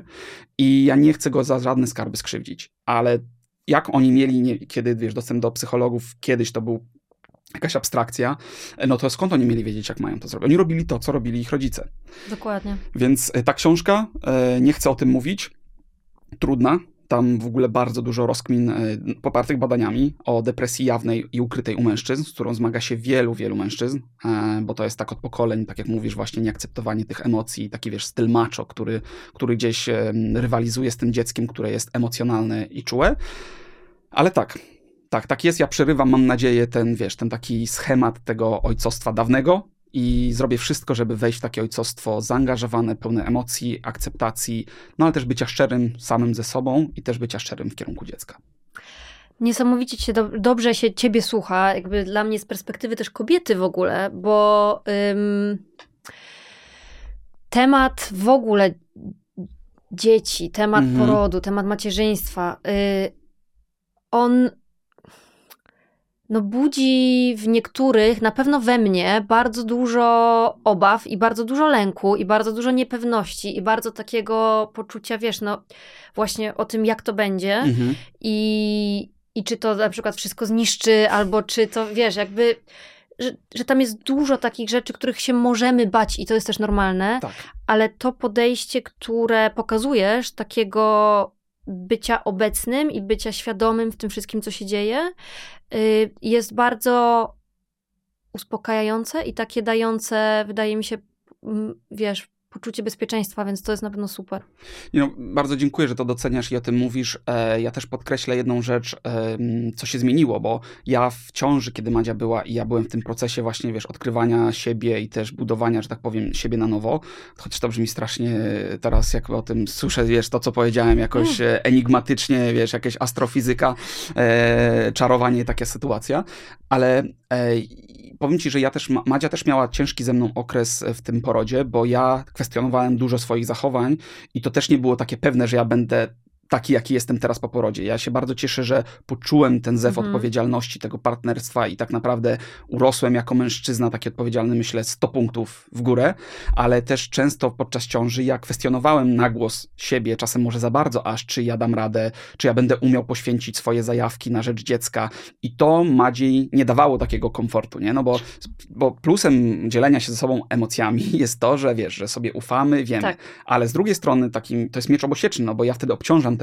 i ja nie chcę go za żadne skarby skrzywdzić, ale jak oni mieli, nie, kiedy, wiesz, dostęp do psychologów, kiedyś to był jakaś abstrakcja, no to skąd oni mieli wiedzieć, jak mają to zrobić? Oni robili to, co robili ich rodzice. Dokładnie. Więc ta książka, nie chcę o tym mówić, trudna, tam w ogóle bardzo dużo rozkmin popartych badaniami o depresji jawnej i ukrytej u mężczyzn, z którą zmaga się wielu, wielu mężczyzn, bo to jest tak od pokoleń, tak jak mówisz, właśnie nieakceptowanie tych emocji, taki wiesz, styl macho, który, który gdzieś rywalizuje z tym dzieckiem, które jest emocjonalne i czułe. Ale tak, tak, tak jest. Ja przerywam, mam nadzieję, ten, wiesz, ten taki schemat tego ojcostwa dawnego i zrobię wszystko, żeby wejść w takie ojcostwo zaangażowane, pełne emocji, akceptacji, no ale też bycia szczerym samym ze sobą i też bycia szczerym w kierunku dziecka. Niesamowicie się do, dobrze się ciebie słucha, jakby dla mnie z perspektywy też kobiety w ogóle, bo ym, temat w ogóle dzieci, temat mhm. porodu, temat macierzyństwa, y, on no budzi w niektórych, na pewno we mnie, bardzo dużo obaw i bardzo dużo lęku i bardzo dużo niepewności i bardzo takiego poczucia, wiesz, no właśnie o tym, jak to będzie mhm. i, i czy to na przykład wszystko zniszczy, albo czy to, wiesz, jakby, że, że tam jest dużo takich rzeczy, których się możemy bać i to jest też normalne, tak. Ale to podejście, które pokazujesz, takiego bycia obecnym i bycia świadomym w tym wszystkim, co się dzieje, jest bardzo uspokajające i takie dające, wydaje mi się, wiesz, poczucie bezpieczeństwa, więc to jest na pewno super. No, bardzo dziękuję, że to doceniasz i o tym mówisz. Ja też podkreślę jedną rzecz, co się zmieniło, bo ja w ciąży, kiedy Madzia była i ja byłem w tym procesie właśnie, wiesz, odkrywania siebie i też budowania, że tak powiem, siebie na nowo, chociaż to brzmi strasznie teraz, jak o tym słyszę, wiesz, to, co powiedziałem, jakoś mm. enigmatycznie, wiesz, jakaś astrofizyka, e, czarowanie, taka sytuacja, ale e, powiem ci, że ja też, Madzia też miała ciężki ze mną okres w tym porodzie, bo ja kwestionowałem dużo swoich zachowań i to też nie było takie pewne, że ja będę taki, jaki jestem teraz po porodzie. Ja się bardzo cieszę, że poczułem ten zew mm. odpowiedzialności, tego partnerstwa i tak naprawdę urosłem jako mężczyzna, taki odpowiedzialny, myślę, sto punktów w górę, ale też często podczas ciąży ja kwestionowałem na głos siebie, czasem może za bardzo aż, czy ja dam radę, czy ja będę umiał poświęcić swoje zajawki na rzecz dziecka i to Madzi nie dawało takiego komfortu, nie? No bo, bo plusem dzielenia się ze sobą emocjami jest to, że wiesz, że sobie ufamy, wiemy, tak. Ale z drugiej strony takim, to jest miecz obosieczny, no bo ja wtedy obciążam te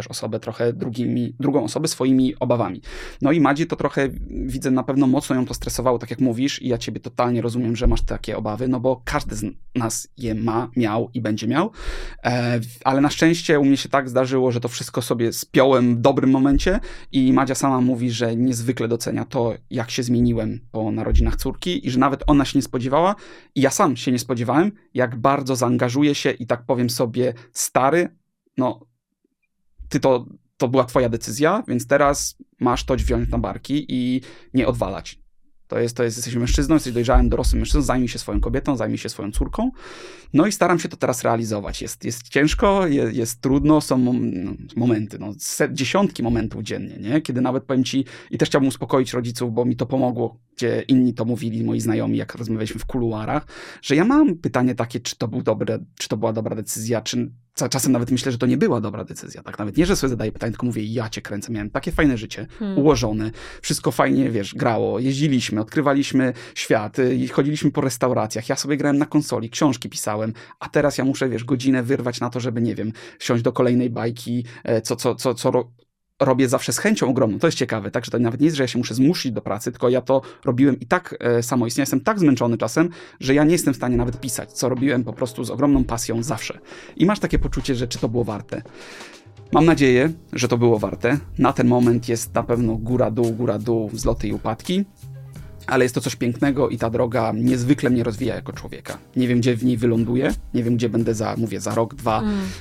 też osobę trochę drugimi, drugą osobę swoimi obawami. No i Madzi to trochę, widzę, na pewno mocno ją to stresowało, tak jak mówisz, i ja ciebie totalnie rozumiem, że masz takie obawy, no bo każdy z nas je ma, miał i będzie miał, e, ale na szczęście u mnie się tak zdarzyło, że to wszystko sobie spiąłem w dobrym momencie i Madzia sama mówi, że niezwykle docenia to, jak się zmieniłem po narodzinach córki i że nawet ona się nie spodziewała i ja sam się nie spodziewałem, jak bardzo zaangażuje się i tak powiem sobie, stary, no ty to, to była twoja decyzja, więc teraz masz to wziąć na barki i nie odwalać. To jest, to jest, jesteś mężczyzną, jesteś dojrzałym, dorosłym mężczyzną, zajmij się swoją kobietą, zajmij się swoją córką. No i staram się to teraz realizować. Jest, jest ciężko, jest, jest trudno, są mom- momenty, no, set, dziesiątki momentów dziennie, nie? Kiedy nawet powiem ci, i też chciałbym uspokoić rodziców, bo mi to pomogło, gdzie inni to mówili, moi znajomi, jak rozmawialiśmy w kuluarach, że ja mam pytanie takie, czy to był dobre, czy to była dobra decyzja, czy czasem nawet myślę, że to nie była dobra decyzja. Tak nawet nie, że sobie zadaję pytanie, tylko mówię, ja cię kręcę, miałem takie fajne życie, hmm. ułożone, wszystko fajnie, wiesz, grało, jeździliśmy, odkrywaliśmy świat, chodziliśmy po restauracjach, ja sobie grałem na konsoli, książki pisałem, a teraz ja muszę, wiesz, godzinę wyrwać na to, żeby, nie wiem, wsiąść do kolejnej bajki, co, co, co, co ro- robię zawsze z chęcią ogromną. To jest ciekawe, tak, że to nawet nie jest, że ja się muszę zmusić do pracy, tylko ja to robiłem i tak e, samoistnie. Jestem tak zmęczony czasem, że ja nie jestem w stanie nawet pisać, co robiłem po prostu z ogromną pasją zawsze. I masz takie poczucie, że czy to było warte. Mam nadzieję, że to było warte. Na ten moment jest na pewno góra-dół, góra-dół, wzloty i upadki. Ale jest to coś pięknego i ta droga niezwykle mnie rozwija jako człowieka. Nie wiem, gdzie w niej wyląduję, nie wiem, gdzie będę za, mówię, za rok, dwa.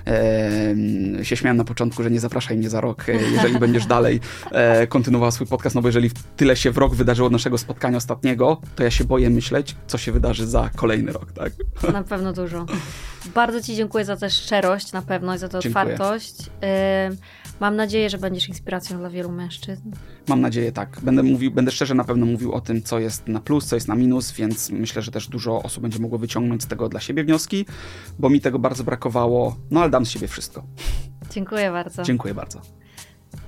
Mm. E, się śmiałem na początku, że nie zapraszaj mnie za rok, jeżeli będziesz dalej e, kontynuował swój podcast, no bo jeżeli tyle się w rok wydarzyło od naszego spotkania ostatniego, to ja się boję myśleć, co się wydarzy za kolejny rok, tak? Na pewno dużo. Bardzo ci dziękuję za tę szczerość na pewno i za tę dziękuję. otwartość. Y- Mam nadzieję, że będziesz inspiracją dla wielu mężczyzn. Mam nadzieję, tak. Będę mówił, będę szczerze na pewno mówił o tym, co jest na plus, co jest na minus, więc myślę, że też dużo osób będzie mogło wyciągnąć z tego dla siebie wnioski, bo mi tego bardzo brakowało, no ale dam z siebie wszystko. Dziękuję bardzo. Dziękuję bardzo.